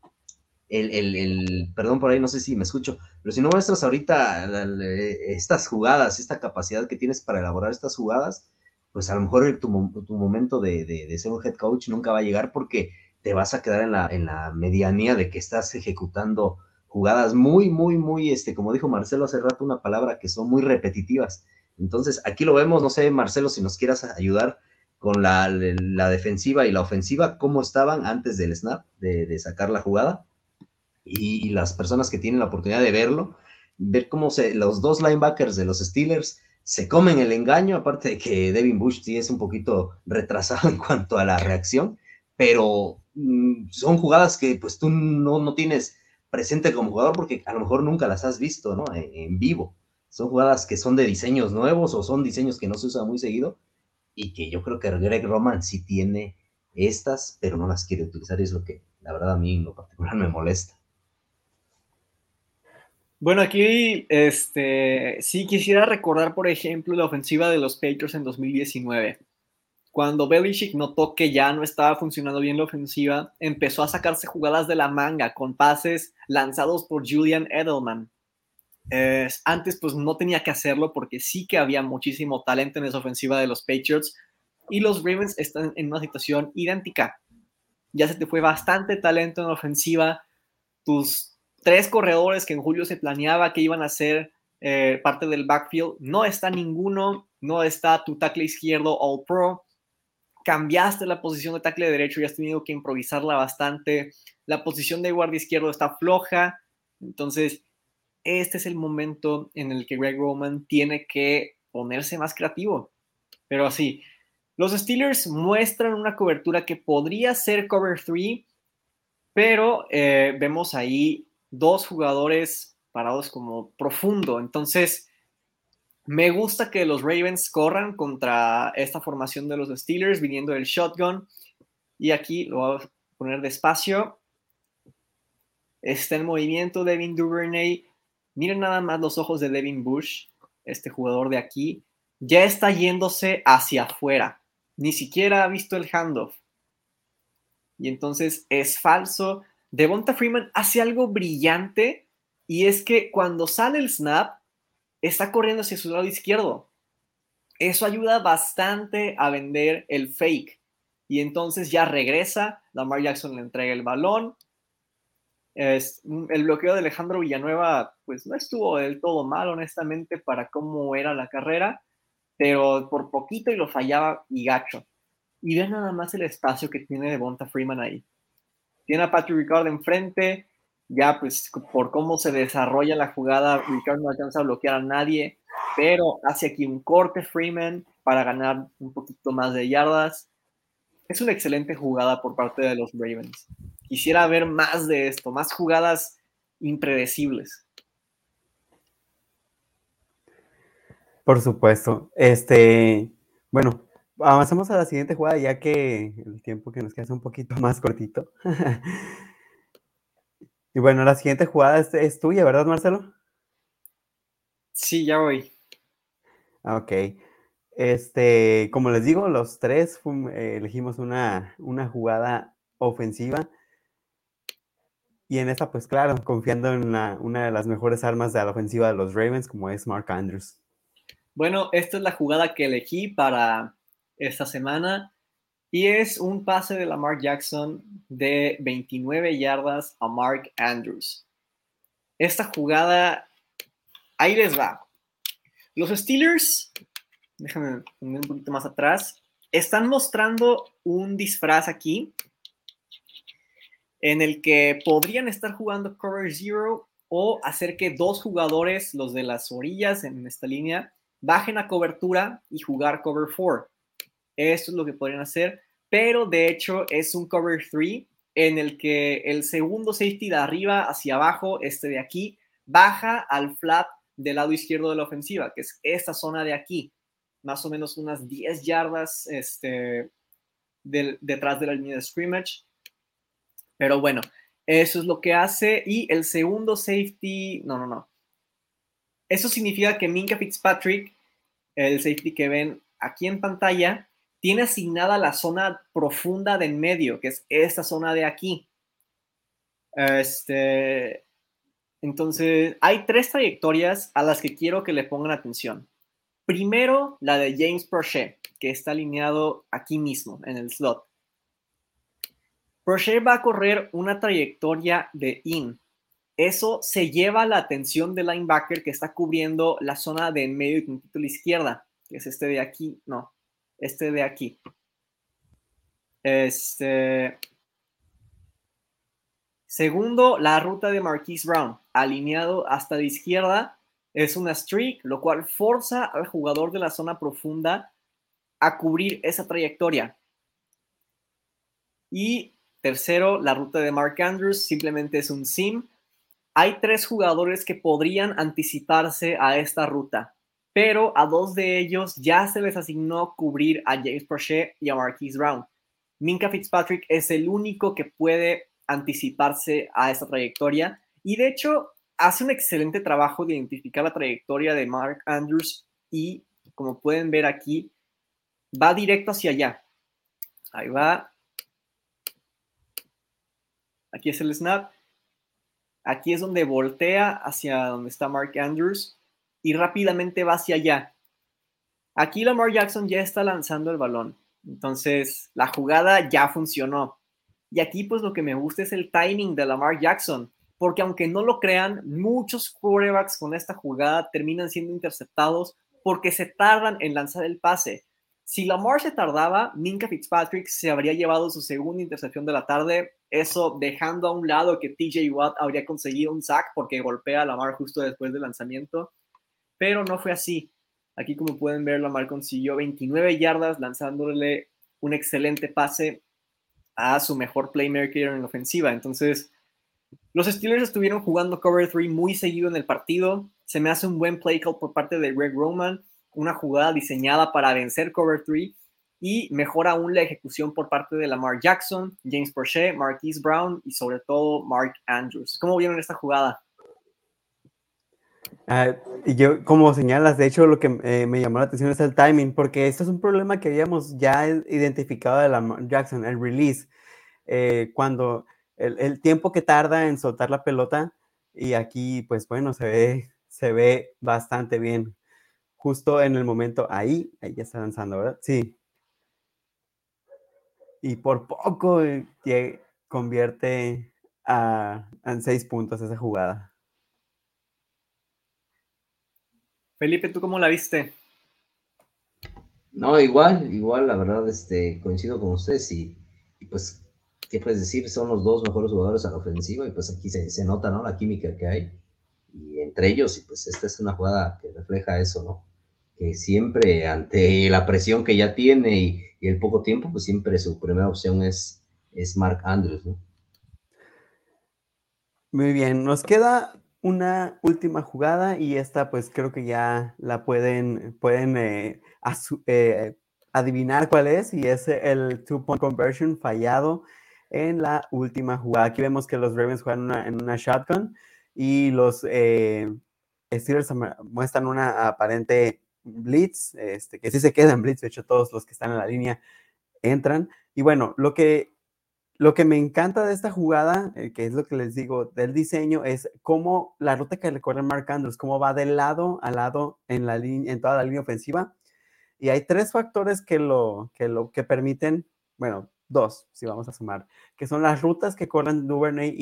perdón por ahí, no sé si me escucho, pero si no muestras ahorita estas jugadas, esta capacidad que tienes para elaborar estas jugadas, pues a lo mejor tu momento de ser un head coach nunca va a llegar porque te vas a quedar en la medianía de que estás ejecutando jugadas muy, muy, muy, como dijo Marcelo hace rato, una palabra que son muy repetitivas. Entonces, aquí lo vemos, no sé, Marcelo, si nos quieras ayudar con la defensiva y la ofensiva, cómo estaban antes del snap, de sacar la jugada. Y las personas que tienen la oportunidad de verlo, ver cómo los dos linebackers de los Steelers se comen el engaño, aparte de que Devin Bush sí es un poquito retrasado en cuanto a la reacción, pero son jugadas que pues tú no tienes presente como jugador porque a lo mejor nunca las has visto, ¿no? En vivo. Son jugadas que son de diseños nuevos o son diseños que no se usan muy seguido y que yo creo que Greg Roman sí tiene estas, pero no las quiere utilizar y es lo que la verdad a mí en lo particular me molesta. Bueno, aquí sí quisiera recordar, por ejemplo, la ofensiva de los Patriots en 2019. Cuando Belichick notó que ya no estaba funcionando bien la ofensiva, empezó a sacarse jugadas de la manga con pases lanzados por Julian Edelman. Antes pues no tenía que hacerlo porque sí que había muchísimo talento en esa ofensiva de los Patriots y los Ravens están en una situación idéntica. Ya se te fue bastante talento en la ofensiva, tus 3 corredores que en julio se planeaba que iban a ser parte del backfield, no está ninguno, no está tu tackle izquierdo All Pro, cambiaste la posición de tackle derecho y has tenido que improvisarla bastante, la posición de guardia izquierdo está floja, entonces este es el momento en el que Greg Roman tiene que ponerse más creativo, pero así, los Steelers muestran una cobertura que podría ser cover 3, pero vemos ahí 2 jugadores parados como profundo. Entonces, me gusta que los Ravens corran contra esta formación de los Steelers viniendo del shotgun. Y aquí lo voy a poner despacio. Está en movimiento Devin Duvernay. Miren nada más los ojos de Devin Bush, este jugador de aquí. Ya está yéndose hacia afuera. Ni siquiera ha visto el handoff. Y entonces es falso. Devonta Freeman hace algo brillante y es que cuando sale el snap, está corriendo hacia su lado izquierdo. Eso ayuda bastante a vender el fake. Y entonces ya regresa, Lamar Jackson le entrega el balón. El bloqueo de Alejandro Villanueva pues no estuvo del todo mal, honestamente, para cómo era la carrera, pero por poquito y lo fallaba y gacho. Y vean nada más el espacio que tiene Devonta Freeman ahí. Tiene a Patrick Ricard enfrente, ya pues por cómo se desarrolla la jugada, Ricard no alcanza a bloquear a nadie, pero hace aquí un corte Freeman para ganar un poquito más de yardas. Es una excelente jugada por parte de los Ravens. Quisiera ver más de esto, más jugadas impredecibles. Por supuesto. Bueno, avanzamos a la siguiente jugada ya que el tiempo que nos queda es un poquito más cortito. Y bueno, la siguiente jugada es tuya, ¿verdad, Marcelo? Sí, ya voy. Ok. Como les digo, los tres elegimos una jugada ofensiva. Y en esta, pues claro, confiando en una de las mejores armas de la ofensiva de los Ravens, como es Mark Andrews. Bueno, esta es la jugada que elegí para esta semana. Y es un pase de Lamar Jackson de 29 yardas a Mark Andrews. Esta jugada, ahí les va. Los Steelers, déjame poner un poquito más atrás, están mostrando un disfraz aquí. en el que podrían estar jugando cover zero o hacer que dos jugadores, los de las orillas en esta línea, bajen a cobertura y jugar cover 4. Esto es lo que podrían hacer, pero de hecho es un cover 3 en el que el segundo safety de arriba hacia abajo, este de aquí, baja al flat del lado izquierdo de la ofensiva, que es esta zona de aquí, más o menos unas 10 yardas detrás de la línea de scrimmage. Pero bueno, eso es lo que hace. Y el segundo safety, no. Eso significa que Minkah Fitzpatrick, el safety que ven aquí en pantalla, tiene asignada la zona profunda de en medio, que es esta zona de aquí. Entonces, hay 3 trayectorias a las que quiero que le pongan atención. Primero, la de James Proche, que está alineado aquí mismo, en el slot. Proche va a correr una trayectoria de in. Eso se lleva la atención del linebacker que está cubriendo la zona de en medio y puntito a la izquierda, que es este de aquí. No, este de aquí. Segundo, la ruta de Marquise Brown, alineado hasta la izquierda, es una streak, lo cual forza al jugador de la zona profunda a cubrir esa trayectoria. Y tercero, la ruta de Mark Andrews simplemente es un sim. Hay 3 jugadores que podrían anticiparse a esta ruta, pero a 2 de ellos ya se les asignó cubrir a James Proche y a Marquise Brown. Minkah Fitzpatrick es el único que puede anticiparse a esta trayectoria y de hecho hace un excelente trabajo de identificar la trayectoria de Mark Andrews y como pueden ver aquí, va directo hacia allá. Ahí va. Aquí es el snap. Aquí es donde voltea hacia donde está Mark Andrews y rápidamente va hacia allá. Aquí Lamar Jackson ya está lanzando el balón. Entonces, la jugada ya funcionó. Y aquí, pues, lo que me gusta es el timing de Lamar Jackson. Porque aunque no lo crean, muchos quarterbacks con esta jugada terminan siendo interceptados porque se tardan en lanzar el pase. Si Lamar se tardaba, Minkah Fitzpatrick se habría llevado su segunda intercepción de la tarde, eso dejando a un lado que TJ Watt habría conseguido un sack porque golpea a Lamar justo después del lanzamiento, pero no fue así. Aquí, como pueden ver, Lamar consiguió 29 yardas lanzándole un excelente pase a su mejor playmaker en la ofensiva. Entonces, los Steelers estuvieron jugando cover 3 muy seguido en el partido. Se me hace un buen play call por parte de Greg Roman, una jugada diseñada para vencer cover 3 y mejor aún la ejecución por parte de Lamar Jackson, James Proche, Marquise Brown y sobre todo Mark Andrews. ¿Cómo vieron esta jugada? Y yo, como señalas, de hecho lo que me llamó la atención es el timing, porque esto es un problema que habíamos ya identificado de Lamar Jackson, el release, cuando el tiempo que tarda en soltar la pelota, y aquí, pues bueno, se ve bastante bien. Justo en el momento, ahí ya está lanzando, ¿verdad? Sí. Y por poco convierte en 6 puntos esa jugada. Felipe, ¿tú cómo la viste? No, igual, la verdad, coincido con ustedes y pues, ¿qué puedes decir? Son los 2 mejores jugadores a la ofensiva y pues aquí se nota, ¿no? La química que hay y entre ellos y pues esta es una jugada que refleja eso, ¿no? Que siempre ante la presión que ya tiene y el poco tiempo, pues siempre su primera opción es Mark Andrews, ¿no? Muy bien, nos queda una última jugada y esta pues creo que ya la pueden adivinar cuál es y es el 2-point conversion fallado en la última jugada. Aquí vemos que los Ravens juegan en una shotgun y los Steelers muestran una aparente blitz, que sí se queda en blitz, de hecho todos los que están en la línea entran. Y bueno, lo que me encanta de esta jugada, que es lo que les digo del diseño, es cómo la ruta que le corre Mark Andrews, cómo va de lado a lado en toda la línea ofensiva. Y hay 3 factores que permiten, bueno, 2, si vamos a sumar, que son las rutas que corren Duvernay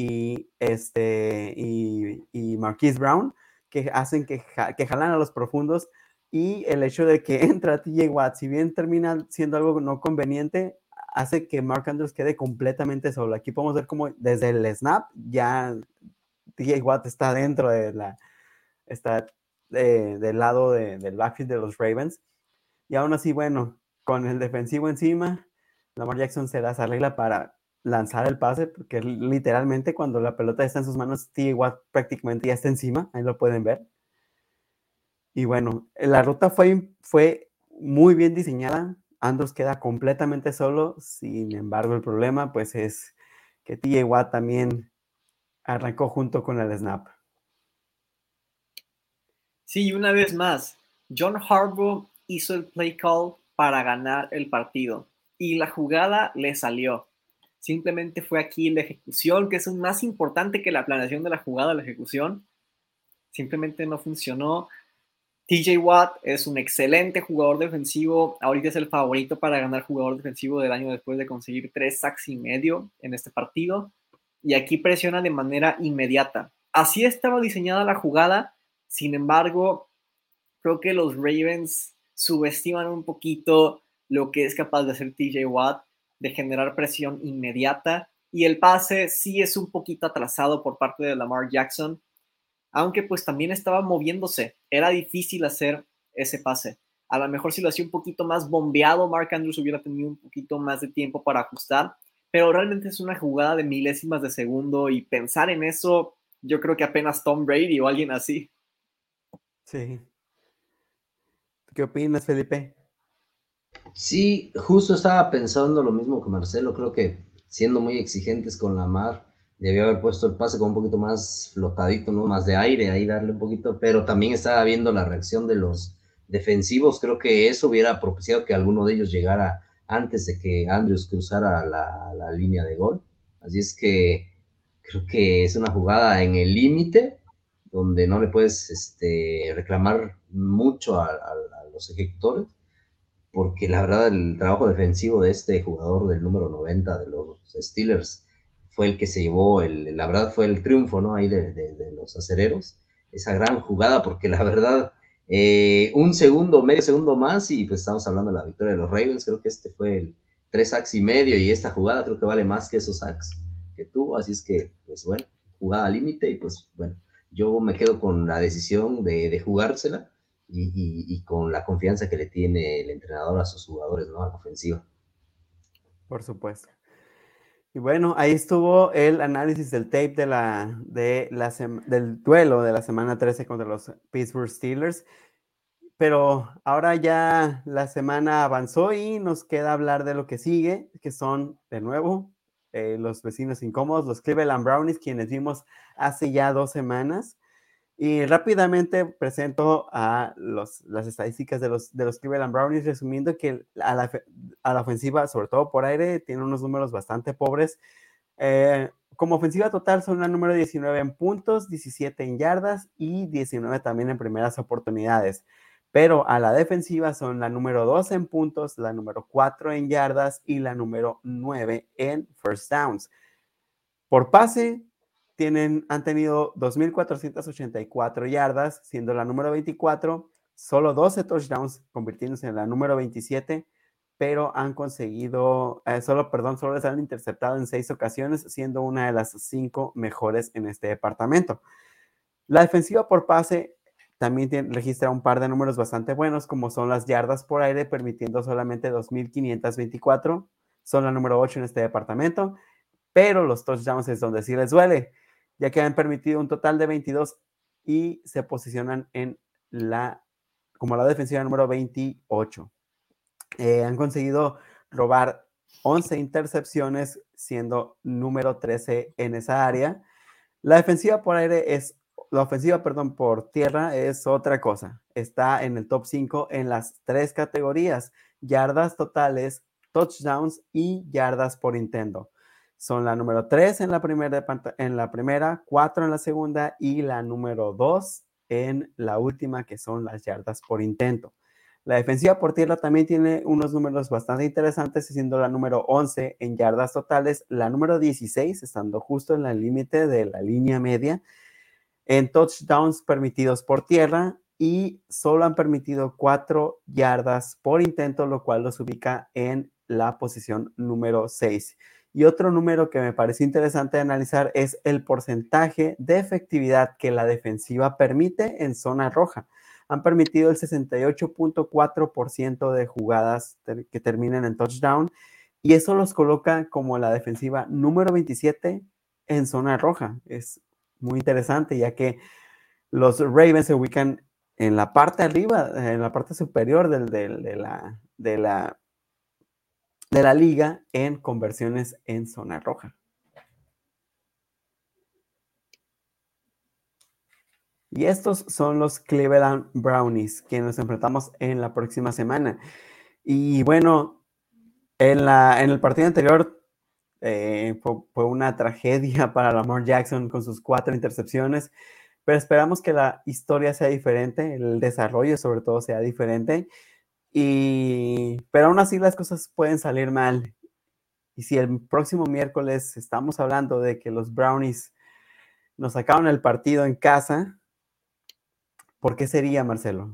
y Marquise Brown, que hacen que jalan a los profundos, y el hecho de que entra TJ Watt, si bien termina siendo algo no conveniente, hace que Mark Andrews quede completamente solo. Aquí podemos ver cómo desde el snap ya TJ Watt está dentro de del lado del backfield de los Ravens. Y aún así, bueno, con el defensivo encima, Lamar Jackson se las arregla para lanzar el pase, porque literalmente cuando la pelota está en sus manos, TJ Watt prácticamente ya está encima, ahí lo pueden ver. Y bueno, la ruta fue muy bien diseñada. Andrews queda completamente solo. Sin embargo, el problema pues es que TJ Watt también arrancó junto con el snap. Sí, una vez más, John Harbaugh hizo el play call para ganar el partido y la jugada le salió. Simplemente fue aquí la ejecución, que es más importante que la planeación de la jugada, la ejecución. Simplemente no funcionó. TJ Watt es un excelente jugador defensivo. Ahorita es el favorito para ganar jugador defensivo del año después de conseguir 3 sacks y medio en este partido. Y aquí presiona de manera inmediata. Así estaba diseñada la jugada. Sin embargo, creo que los Ravens subestiman un poquito lo que es capaz de hacer TJ Watt, de generar presión inmediata. Y el pase sí es un poquito atrasado por parte de Lamar Jackson, aunque pues también estaba moviéndose. Era difícil hacer ese pase. A lo mejor si lo hacía un poquito más bombeado, Mark Andrews hubiera tenido un poquito más de tiempo para ajustar, pero realmente es una jugada de milésimas de segundo y pensar en eso, yo creo que apenas Tom Brady o alguien así. Sí. ¿Qué opinas, Felipe? Sí, justo estaba pensando lo mismo que Marcelo. Creo que siendo muy exigentes con Lamar, debió haber puesto el pase con un poquito más flotadito, ¿no? Más de aire, ahí darle un poquito, pero también estaba viendo la reacción de los defensivos. Creo que eso hubiera propiciado que alguno de ellos llegara antes de que Andrews cruzara la línea de gol. Así es que creo que es una jugada en el límite, donde no le puedes reclamar mucho a los ejecutores, porque la verdad el trabajo defensivo de este jugador del número 90 de los Steelers fue el que se llevó, la verdad fue el triunfo, ¿no? Ahí de los acereros, esa gran jugada, porque la verdad, un segundo, medio segundo más, y pues estamos hablando de la victoria de los Ravens. Creo que este fue el 3 sacks y medio, y esta jugada creo que vale más que esos sacks que tuvo, así es que, pues bueno, jugada límite, y pues bueno, yo me quedo con la decisión de jugársela, y con la confianza que le tiene el entrenador a sus jugadores, ¿no? A la ofensiva. Por supuesto. Y bueno, ahí estuvo el análisis del tape del duelo de la semana 13 contra los Pittsburgh Steelers. Pero ahora ya la semana avanzó y nos queda hablar de lo que sigue, que son, de nuevo, los vecinos incómodos, los Cleveland Brownies, quienes vimos hace ya 2 semanas. Y rápidamente presento las estadísticas de los Cleveland Brownies, resumiendo que a la ofensiva, sobre todo por aire, tiene unos números bastante pobres. Como ofensiva total son la número 19 en puntos, 17 en yardas y 19 también en primeras oportunidades. Pero a la defensiva son la número 2 en puntos, la número 4 en yardas y la número 9 en first downs. Por pase, han tenido 2,484 yardas, siendo la número 24, solo 12 touchdowns, convirtiéndose en la número 27, pero han conseguido, solo les han interceptado en 6 ocasiones, siendo una de las 5 mejores en este departamento. La defensiva por pase también registra un par de números bastante buenos, como son las yardas por aire, permitiendo solamente 2,524, son la número 8 en este departamento, pero los touchdowns es donde sí les duele, ya que han permitido un total de 22 y se posicionan como la defensiva número 28. Han conseguido robar 11 intercepciones, siendo número 13 en esa área. La ofensiva por tierra es otra cosa. Está en el top 5 en las 3 categorías: yardas totales, touchdowns y yardas por intento. Son la número 3 en la primera, 4 en la segunda y la número 2 en la última, que son las yardas por intento. La defensiva por tierra también tiene unos números bastante interesantes, siendo la número 11 en yardas totales, la número 16, estando justo en el límite de la línea media, en touchdowns permitidos por tierra, y solo han permitido 4 yardas por intento, lo cual los ubica en la posición número 6. Y otro número que me pareció interesante analizar es el porcentaje de efectividad que la defensiva permite en zona roja. Han permitido el 68.4% de jugadas que terminen en touchdown, y eso los coloca como la defensiva número 27 en zona roja. Es muy interesante, ya que los Ravens se ubican en la parte arriba, en la parte superior de la liga en conversiones en zona roja. Y estos son los Cleveland Brownies, que nos enfrentamos en la próxima semana. Y bueno, en el partido anterior fue una tragedia para Lamar Jackson con sus 4 intercepciones, pero esperamos que la historia sea diferente, el desarrollo sobre todo sea diferente, pero aún así las cosas pueden salir mal. Y si el próximo miércoles estamos hablando de que los Brownies nos sacaron el partido en casa, ¿por qué sería, Marcelo?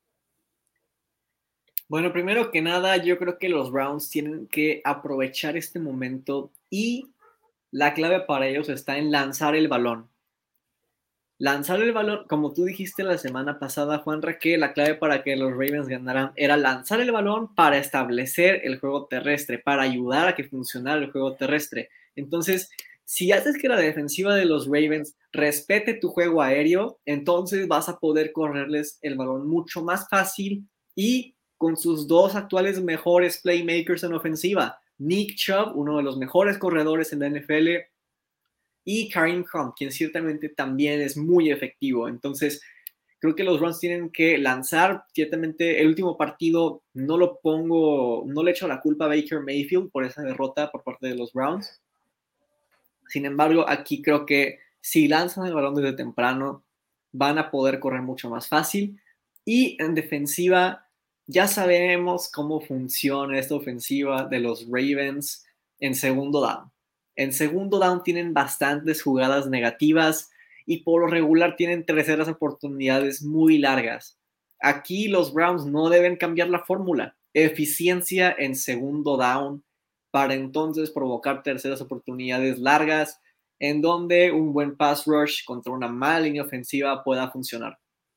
Bueno, primero que nada, yo creo que los Browns tienen que aprovechar este momento y la clave para ellos está en lanzar el balón. Lanzar el balón, como tú dijiste la semana pasada, Juan Raquel, la clave para que los Ravens ganaran era lanzar el balón para establecer el juego terrestre, para ayudar a que funcionara el juego terrestre. Entonces, si haces que la defensiva de los Ravens respete tu juego aéreo, entonces vas a poder correrles el balón mucho más fácil y con sus 2 actuales mejores playmakers en ofensiva, Nick Chubb, uno de los mejores corredores en la NFL, y Kareem Hunt, quien ciertamente también es muy efectivo. Entonces, creo que los Browns tienen que lanzar. Ciertamente, el último partido no le echo la culpa a Baker Mayfield por esa derrota por parte de los Browns. Sin embargo, aquí creo que si lanzan el balón desde temprano, van a poder correr mucho más fácil. Y en defensiva, ya sabemos cómo funciona esta ofensiva de los Ravens en segundo down. En segundo down tienen bastantes jugadas negativas y por lo regular tienen terceras oportunidades muy largas. Aquí los Browns no deben cambiar la fórmula. Eficiencia en segundo down para entonces provocar terceras oportunidades largas en donde un buen pass rush contra una mala línea ofensiva pueda funcionar.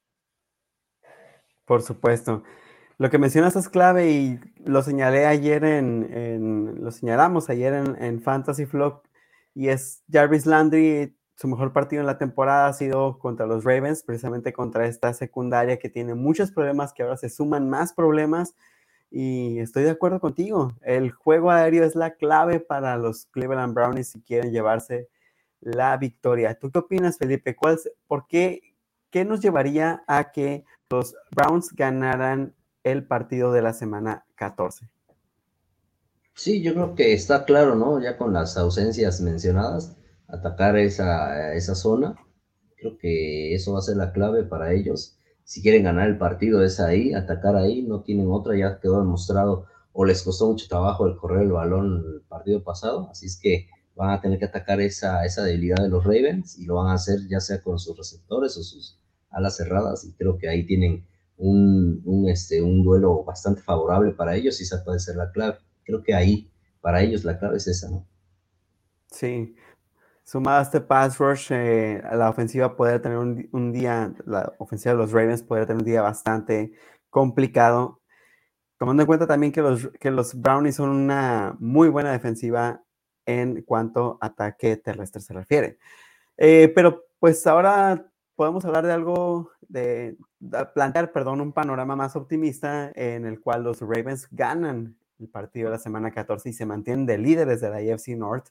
Por supuesto. Lo que mencionas es clave y lo señalé ayer lo señalamos ayer en Fantasy Flock, y es Jarvis Landry. Su mejor partido en la temporada ha sido contra los Ravens, precisamente contra esta secundaria que tiene muchos problemas, que ahora se suman más problemas, y estoy de acuerdo contigo. El juego aéreo es la clave para los Cleveland Brownies si quieren llevarse la victoria. ¿Tú qué opinas, Felipe? ¿Qué nos llevaría a que los Browns ganaran el partido de la semana 14? Sí, yo creo que está claro, ¿no? Ya con las ausencias mencionadas, atacar esa zona, creo que eso va a ser la clave para ellos. Si quieren ganar el partido es ahí, atacar ahí, no tienen otra, ya quedó demostrado, o les costó mucho trabajo el correr el balón el partido pasado, así es que van a tener que atacar esa debilidad de los Ravens, y lo van a hacer ya sea con sus receptores o sus alas cerradas, y creo que ahí tienen un duelo bastante favorable para ellos, y esa puede ser la clave. Creo que ahí, para ellos, la clave es esa, ¿no? Sí, sumado a este pass rush, la ofensiva podría tener la ofensiva de los Ravens podría tener un día bastante complicado, tomando en cuenta también que los Brownies son una muy buena defensiva en cuanto a ataque terrestre se refiere. Pero pues ahora podemos hablar de algo, plantear, un panorama más optimista en el cual los Ravens ganan el partido de la semana 14 y se mantienen de líderes de la AFC North.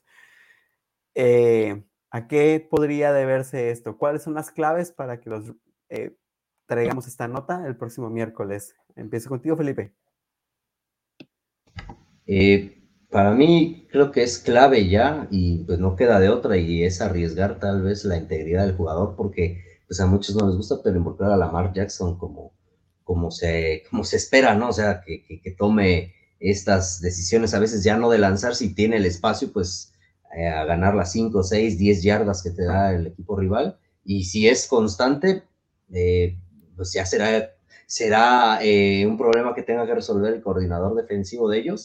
¿A qué podría deberse esto? ¿Cuáles son las claves para que traigamos esta nota el próximo miércoles? Empiezo contigo, Felipe. Para mí creo que es clave ya, y pues no queda de otra, y es arriesgar tal vez la integridad del jugador, porque pues a muchos no les gusta, pero involucrar a Lamar Jackson como se espera, ¿no? O sea, que tome estas decisiones a veces ya no de lanzar si tiene el espacio, pues a ganar las 5, 6, 10 yardas que te da el equipo rival, y si es constante, pues ya será un problema que tenga que resolver el coordinador defensivo de ellos.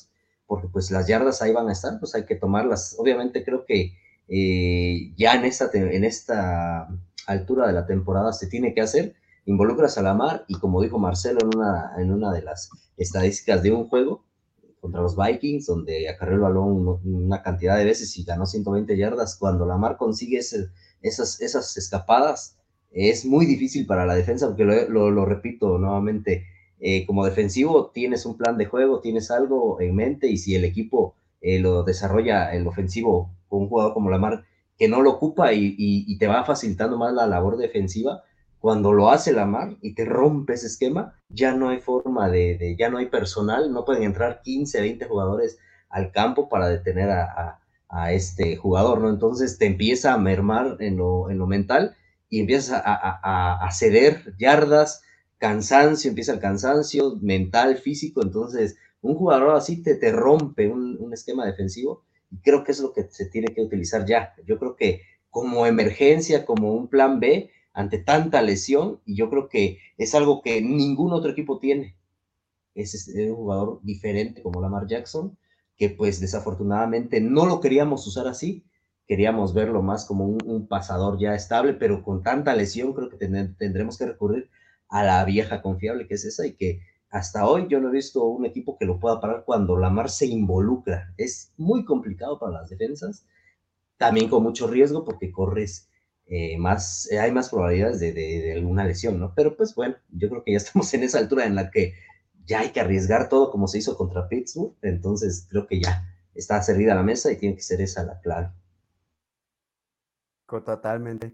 porque pues las yardas ahí van a estar, pues hay que tomarlas. Obviamente creo que ya en esta altura de la temporada se tiene que hacer, involucras a Lamar y como dijo Marcelo en una de las estadísticas de un juego contra los Vikings, donde acarreó el balón una cantidad de veces y ganó 120 yardas, cuando Lamar consigue esas escapadas, es muy difícil para la defensa, porque lo repito nuevamente, como defensivo tienes un plan de juego, tienes algo en mente, y si el equipo lo desarrolla el ofensivo con un jugador como Lamar que no lo ocupa y te va facilitando más la labor defensiva, cuando lo hace Lamar y te rompe ese esquema, ya no hay forma ya no hay personal, no pueden entrar 15, 20 jugadores al campo para detener a este jugador, ¿no? Entonces te empieza a mermar en lo mental y empiezas a ceder yardas, cansancio, empieza el cansancio mental, físico. Entonces un jugador así te rompe un esquema defensivo, y creo que es lo que se tiene que utilizar ya. Yo creo que como emergencia, como un plan B ante tanta lesión, y yo creo que es algo que ningún otro equipo tiene. Es un jugador diferente como Lamar Jackson, que pues desafortunadamente no lo queríamos usar así, queríamos verlo más como un pasador ya estable, pero con tanta lesión creo que tendremos que recurrir a la vieja confiable que es esa, y que hasta hoy yo no he visto un equipo que lo pueda parar cuando Lamar se involucra. Es muy complicado para las defensas, también con mucho riesgo porque corres hay más probabilidades de alguna lesión, ¿no? Pero pues bueno, yo creo que ya estamos en esa altura en la que ya hay que arriesgar todo como se hizo contra Pittsburgh, entonces creo que ya está servida la mesa y tiene que ser esa la clave. Totalmente.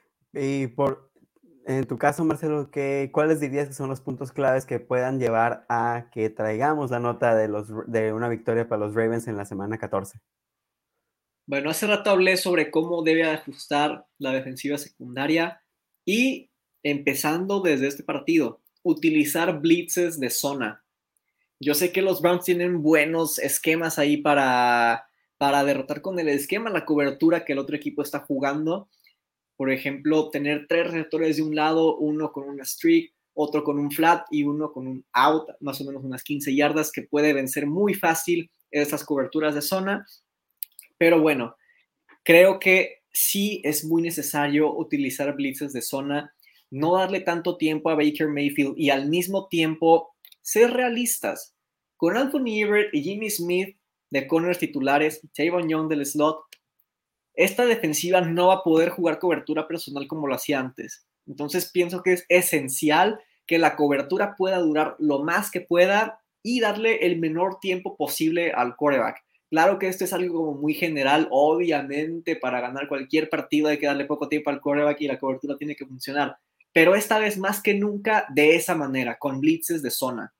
En tu caso, Marcelo, ¿cuáles dirías que son los puntos claves que puedan llevar a que traigamos la nota de una victoria para los Ravens en la semana 14? Bueno, hace rato hablé sobre cómo debe ajustar la defensiva secundaria y empezando desde este partido, utilizar blitzes de zona. Yo sé que los Browns tienen buenos esquemas ahí para derrotar con el esquema la cobertura que el otro equipo está jugando. Por ejemplo, tener 3 receptores de un lado, uno con una streak, otro con un flat y uno con un out, más o menos unas 15 yardas, que puede vencer muy fácil esas coberturas de zona. Pero bueno, creo que sí es muy necesario utilizar blitzes de zona, no darle tanto tiempo a Baker Mayfield y al mismo tiempo ser realistas. Con Anthony Everett y Jimmy Smith de corners titulares, Tavon Young del slot, esta defensiva no va a poder jugar cobertura personal como lo hacía antes. Entonces pienso que es esencial que la cobertura pueda durar lo más que pueda y darle el menor tiempo posible al quarterback. Claro que esto es algo como muy general, obviamente para ganar cualquier partido hay que darle poco tiempo al quarterback y la cobertura tiene que funcionar, pero esta vez más que nunca de esa manera, con blitzes de zona.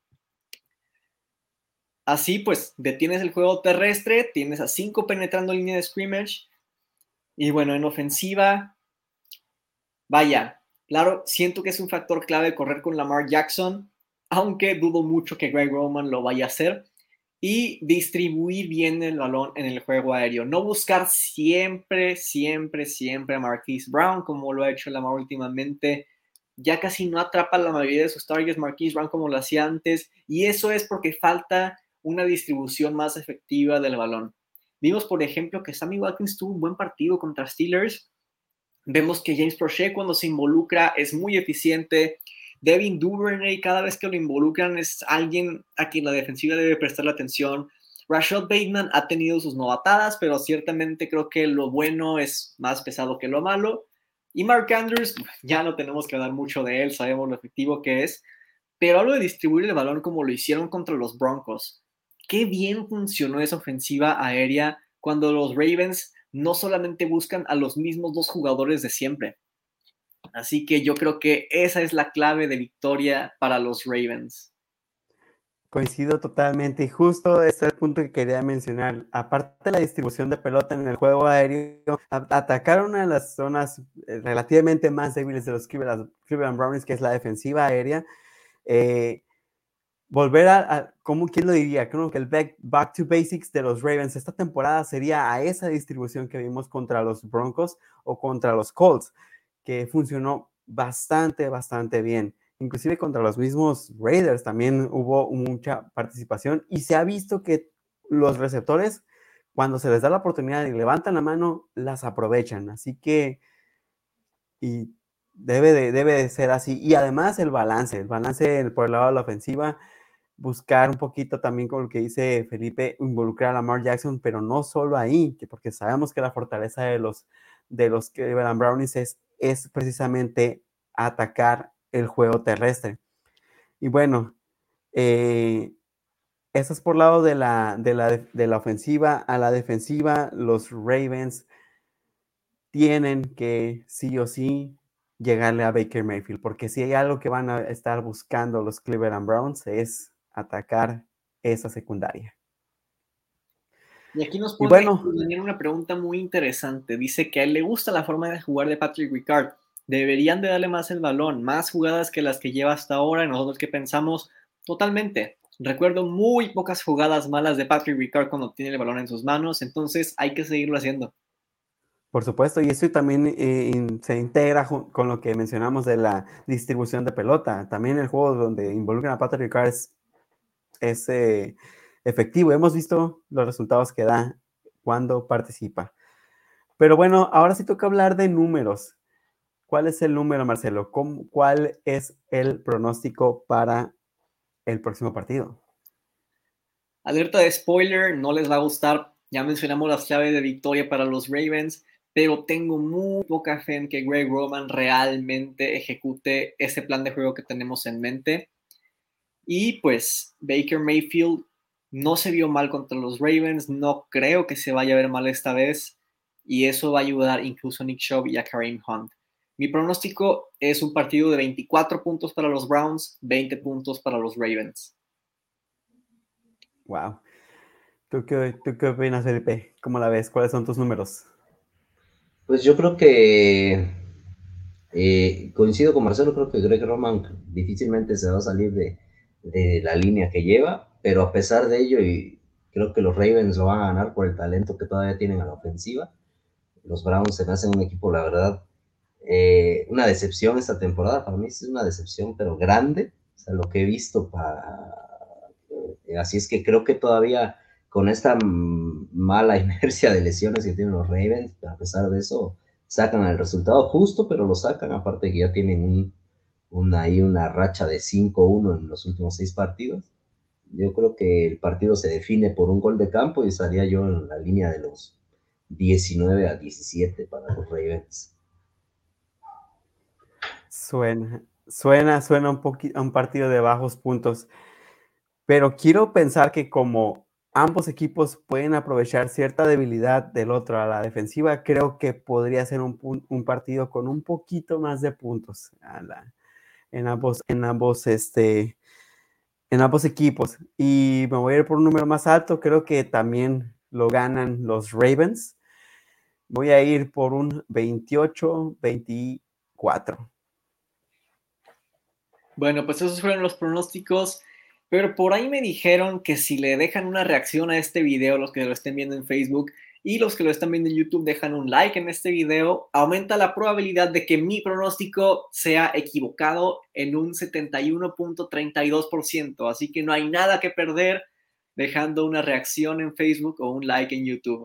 Así pues, detienes el juego terrestre, tienes a 5 penetrando en línea de scrimmage y bueno, en ofensiva, vaya, claro, siento que es un factor clave correr con Lamar Jackson, aunque dudo mucho que Greg Roman lo vaya a hacer, y distribuir bien el balón en el juego aéreo. No buscar siempre a Marquise Brown, como lo ha hecho Lamar últimamente. Ya casi no atrapa la mayoría de sus targets Marquise Brown como lo hacía antes, y eso es porque falta una distribución más efectiva del balón. Vimos, por ejemplo, que Sammy Watkins tuvo un buen partido contra Steelers. Vemos que James Prochet cuando se involucra es muy eficiente. Devin Duvernay, cada vez que lo involucran, es alguien a quien la defensiva debe prestar la atención. Rashad Bateman ha tenido sus novatadas, pero ciertamente creo que lo bueno es más pesado que lo malo. Y Mark Andrews, ya no tenemos que hablar mucho de él, sabemos lo efectivo que es. Pero hablo de distribuir el balón como lo hicieron contra los Broncos. Qué bien funcionó esa ofensiva aérea cuando los Ravens no solamente buscan a los mismos 2 jugadores de siempre. Así que yo creo que esa es la clave de victoria para los Ravens. Coincido totalmente, y justo ese es el punto que quería mencionar. Aparte de la distribución de pelota en el juego aéreo, atacar una de las zonas relativamente más débiles de los Cleveland Browns, que es la defensiva aérea. Volver ¿quién lo diría? Creo que el back to basics de los Ravens esta temporada sería a esa distribución que vimos contra los Broncos o contra los Colts, que funcionó bastante bien. Inclusive contra los mismos Raiders también hubo mucha participación, y se ha visto que los receptores, cuando se les da la oportunidad y levantan la mano, las aprovechan. Así que y debe de ser así. Y además el balance por el lado de la ofensiva, buscar un poquito también con lo que dice Felipe, involucrar a Lamar Jackson, pero no solo ahí, porque sabemos que la fortaleza de los Cleveland Brownies es precisamente atacar el juego terrestre. Y bueno, eso es por lado de la ofensiva. A la defensiva, los Ravens tienen que sí o sí llegarle a Baker Mayfield, porque si hay algo que van a estar buscando los Cleveland Browns es atacar esa secundaria. Y aquí nos Y pone bueno, Daniel una pregunta muy interesante. Dice que a él le gusta la forma de jugar de Patrick Ricard. Deberían de darle más el balón, más jugadas que las que lleva hasta ahora. Y nosotros que pensamos totalmente. Recuerdo muy pocas jugadas malas de Patrick Ricard cuando tiene el balón en sus manos. Entonces hay que seguirlo haciendo. por supuesto, y eso también se integra con lo que mencionamos de la distribución de pelota. También el juego donde involucran a Patrick Ricard es efectivo. Hemos visto los resultados que da cuando participa. Pero bueno, ahora sí toca hablar de números. ¿Cuál es el número, Marcelo? ¿Cuál es el pronóstico para el próximo partido? Alerta de spoiler, no les va a gustar. Ya mencionamos las claves de victoria para los Ravens, pero tengo muy poca fe en que Greg Roman realmente ejecute ese plan de juego que tenemos en mente. Y pues Baker Mayfield no se vio mal contra los Ravens, no creo que se vaya a ver mal esta vez, y eso va a ayudar incluso a Nick Chubb y a Kareem Hunt. Mi pronóstico es un partido de 24 puntos para los Browns, 20 puntos para los Ravens. Wow. ¿Tú qué opinas, Felipe? ¿Cómo la ves? ¿Cuáles son tus números? Pues yo creo que coincido con Marcelo, creo que Greg Roman difícilmente se va a salir de la línea que lleva, pero a pesar de ello, y creo que los Ravens lo van a ganar por el talento que todavía tienen a la ofensiva. Los Browns se me hacen un equipo, la verdad, una decepción esta temporada. Para mí es una decepción, pero grande. O sea, lo que he visto así es que creo que todavía con esta mala inercia de lesiones que tienen los Ravens, a pesar de eso, sacan el resultado justo, pero lo sacan, aparte que ya tienen ahí una racha de 5-1 en los últimos 6 partidos. Yo creo que el partido se define por un gol de campo y estaría yo en la línea de los 19-17 para los Ravens. Suena un partido de bajos puntos, pero quiero pensar que como ambos equipos pueden aprovechar cierta debilidad del otro a la defensiva, creo que podría ser un partido con un poquito más de puntos en ambos equipos. Y me voy a ir por un número más alto, creo que también lo ganan los Ravens. Voy a ir por un 28-24. Bueno, pues esos fueron los pronósticos, pero por ahí me dijeron que si le dejan una reacción a este video, los que lo estén viendo en Facebook y los que lo están viendo en YouTube dejan un like en este video, aumenta la probabilidad de que mi pronóstico sea equivocado en un 71.32%, así que no hay nada que perder dejando una reacción en Facebook o un like en YouTube.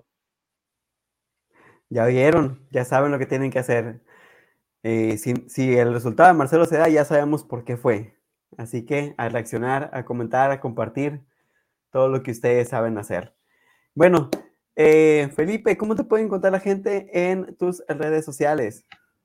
Ya vieron, ya saben lo que tienen que hacer. Si el resultado de Marcelo se da, ya sabemos por qué fue. Así que a reaccionar, a comentar, a compartir todo lo que ustedes saben hacer. Bueno, Felipe, ¿cómo te puede encontrar la gente en tus redes sociales?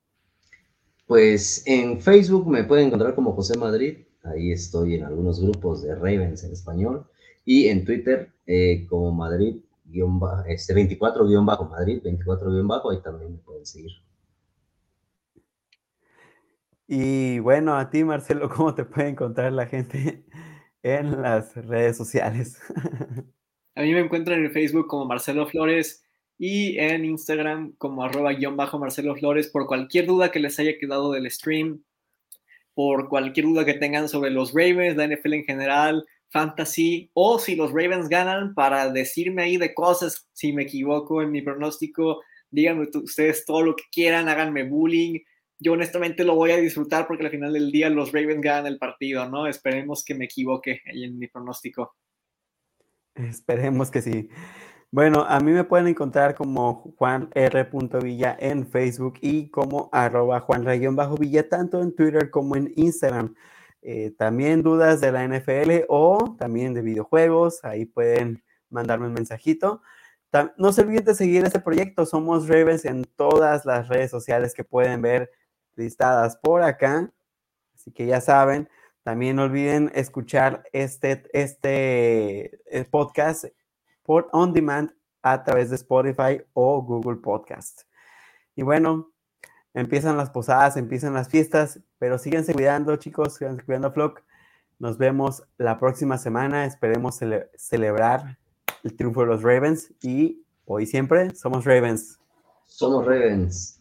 Pues en Facebook me pueden encontrar como José Madrid, ahí estoy en algunos grupos de Ravens en español, y en Twitter como Madrid 24-Madrid, 24-, ahí también me pueden seguir. Y bueno, a ti, Marcelo, ¿cómo te puede encontrar la gente en las redes sociales? A mí me encuentran en Facebook como Marcelo Flores y en Instagram como @_Marcelo Flores por cualquier duda que les haya quedado del stream, por cualquier duda que tengan sobre los Ravens, la NFL en general, fantasy, o si los Ravens ganan, para decirme ahí de cosas, si me equivoco en mi pronóstico, díganme ustedes todo lo que quieran, háganme bullying. Yo honestamente lo voy a disfrutar porque al final del día los Ravens ganan el partido, ¿no? Esperemos que me equivoque ahí en mi pronóstico. Esperemos que sí. Bueno, a mí me pueden encontrar como Juan R. Villa en Facebook y como @Juan_Villa, tanto en Twitter como en Instagram. También dudas de la NFL o también de videojuegos, ahí pueden mandarme un mensajito. No se olviden de seguir este proyecto, Somos Ravens en todas las redes sociales que pueden ver listadas por acá. Así que ya saben, también no olviden escuchar este podcast por on demand a través de Spotify o Google Podcast. Y bueno, empiezan las posadas, empiezan las fiestas, pero síganse cuidando, chicos, síganse cuidando, Flock. Nos vemos la próxima semana. Esperemos celebrar el triunfo de los Ravens y hoy siempre somos Ravens. Somos Ravens.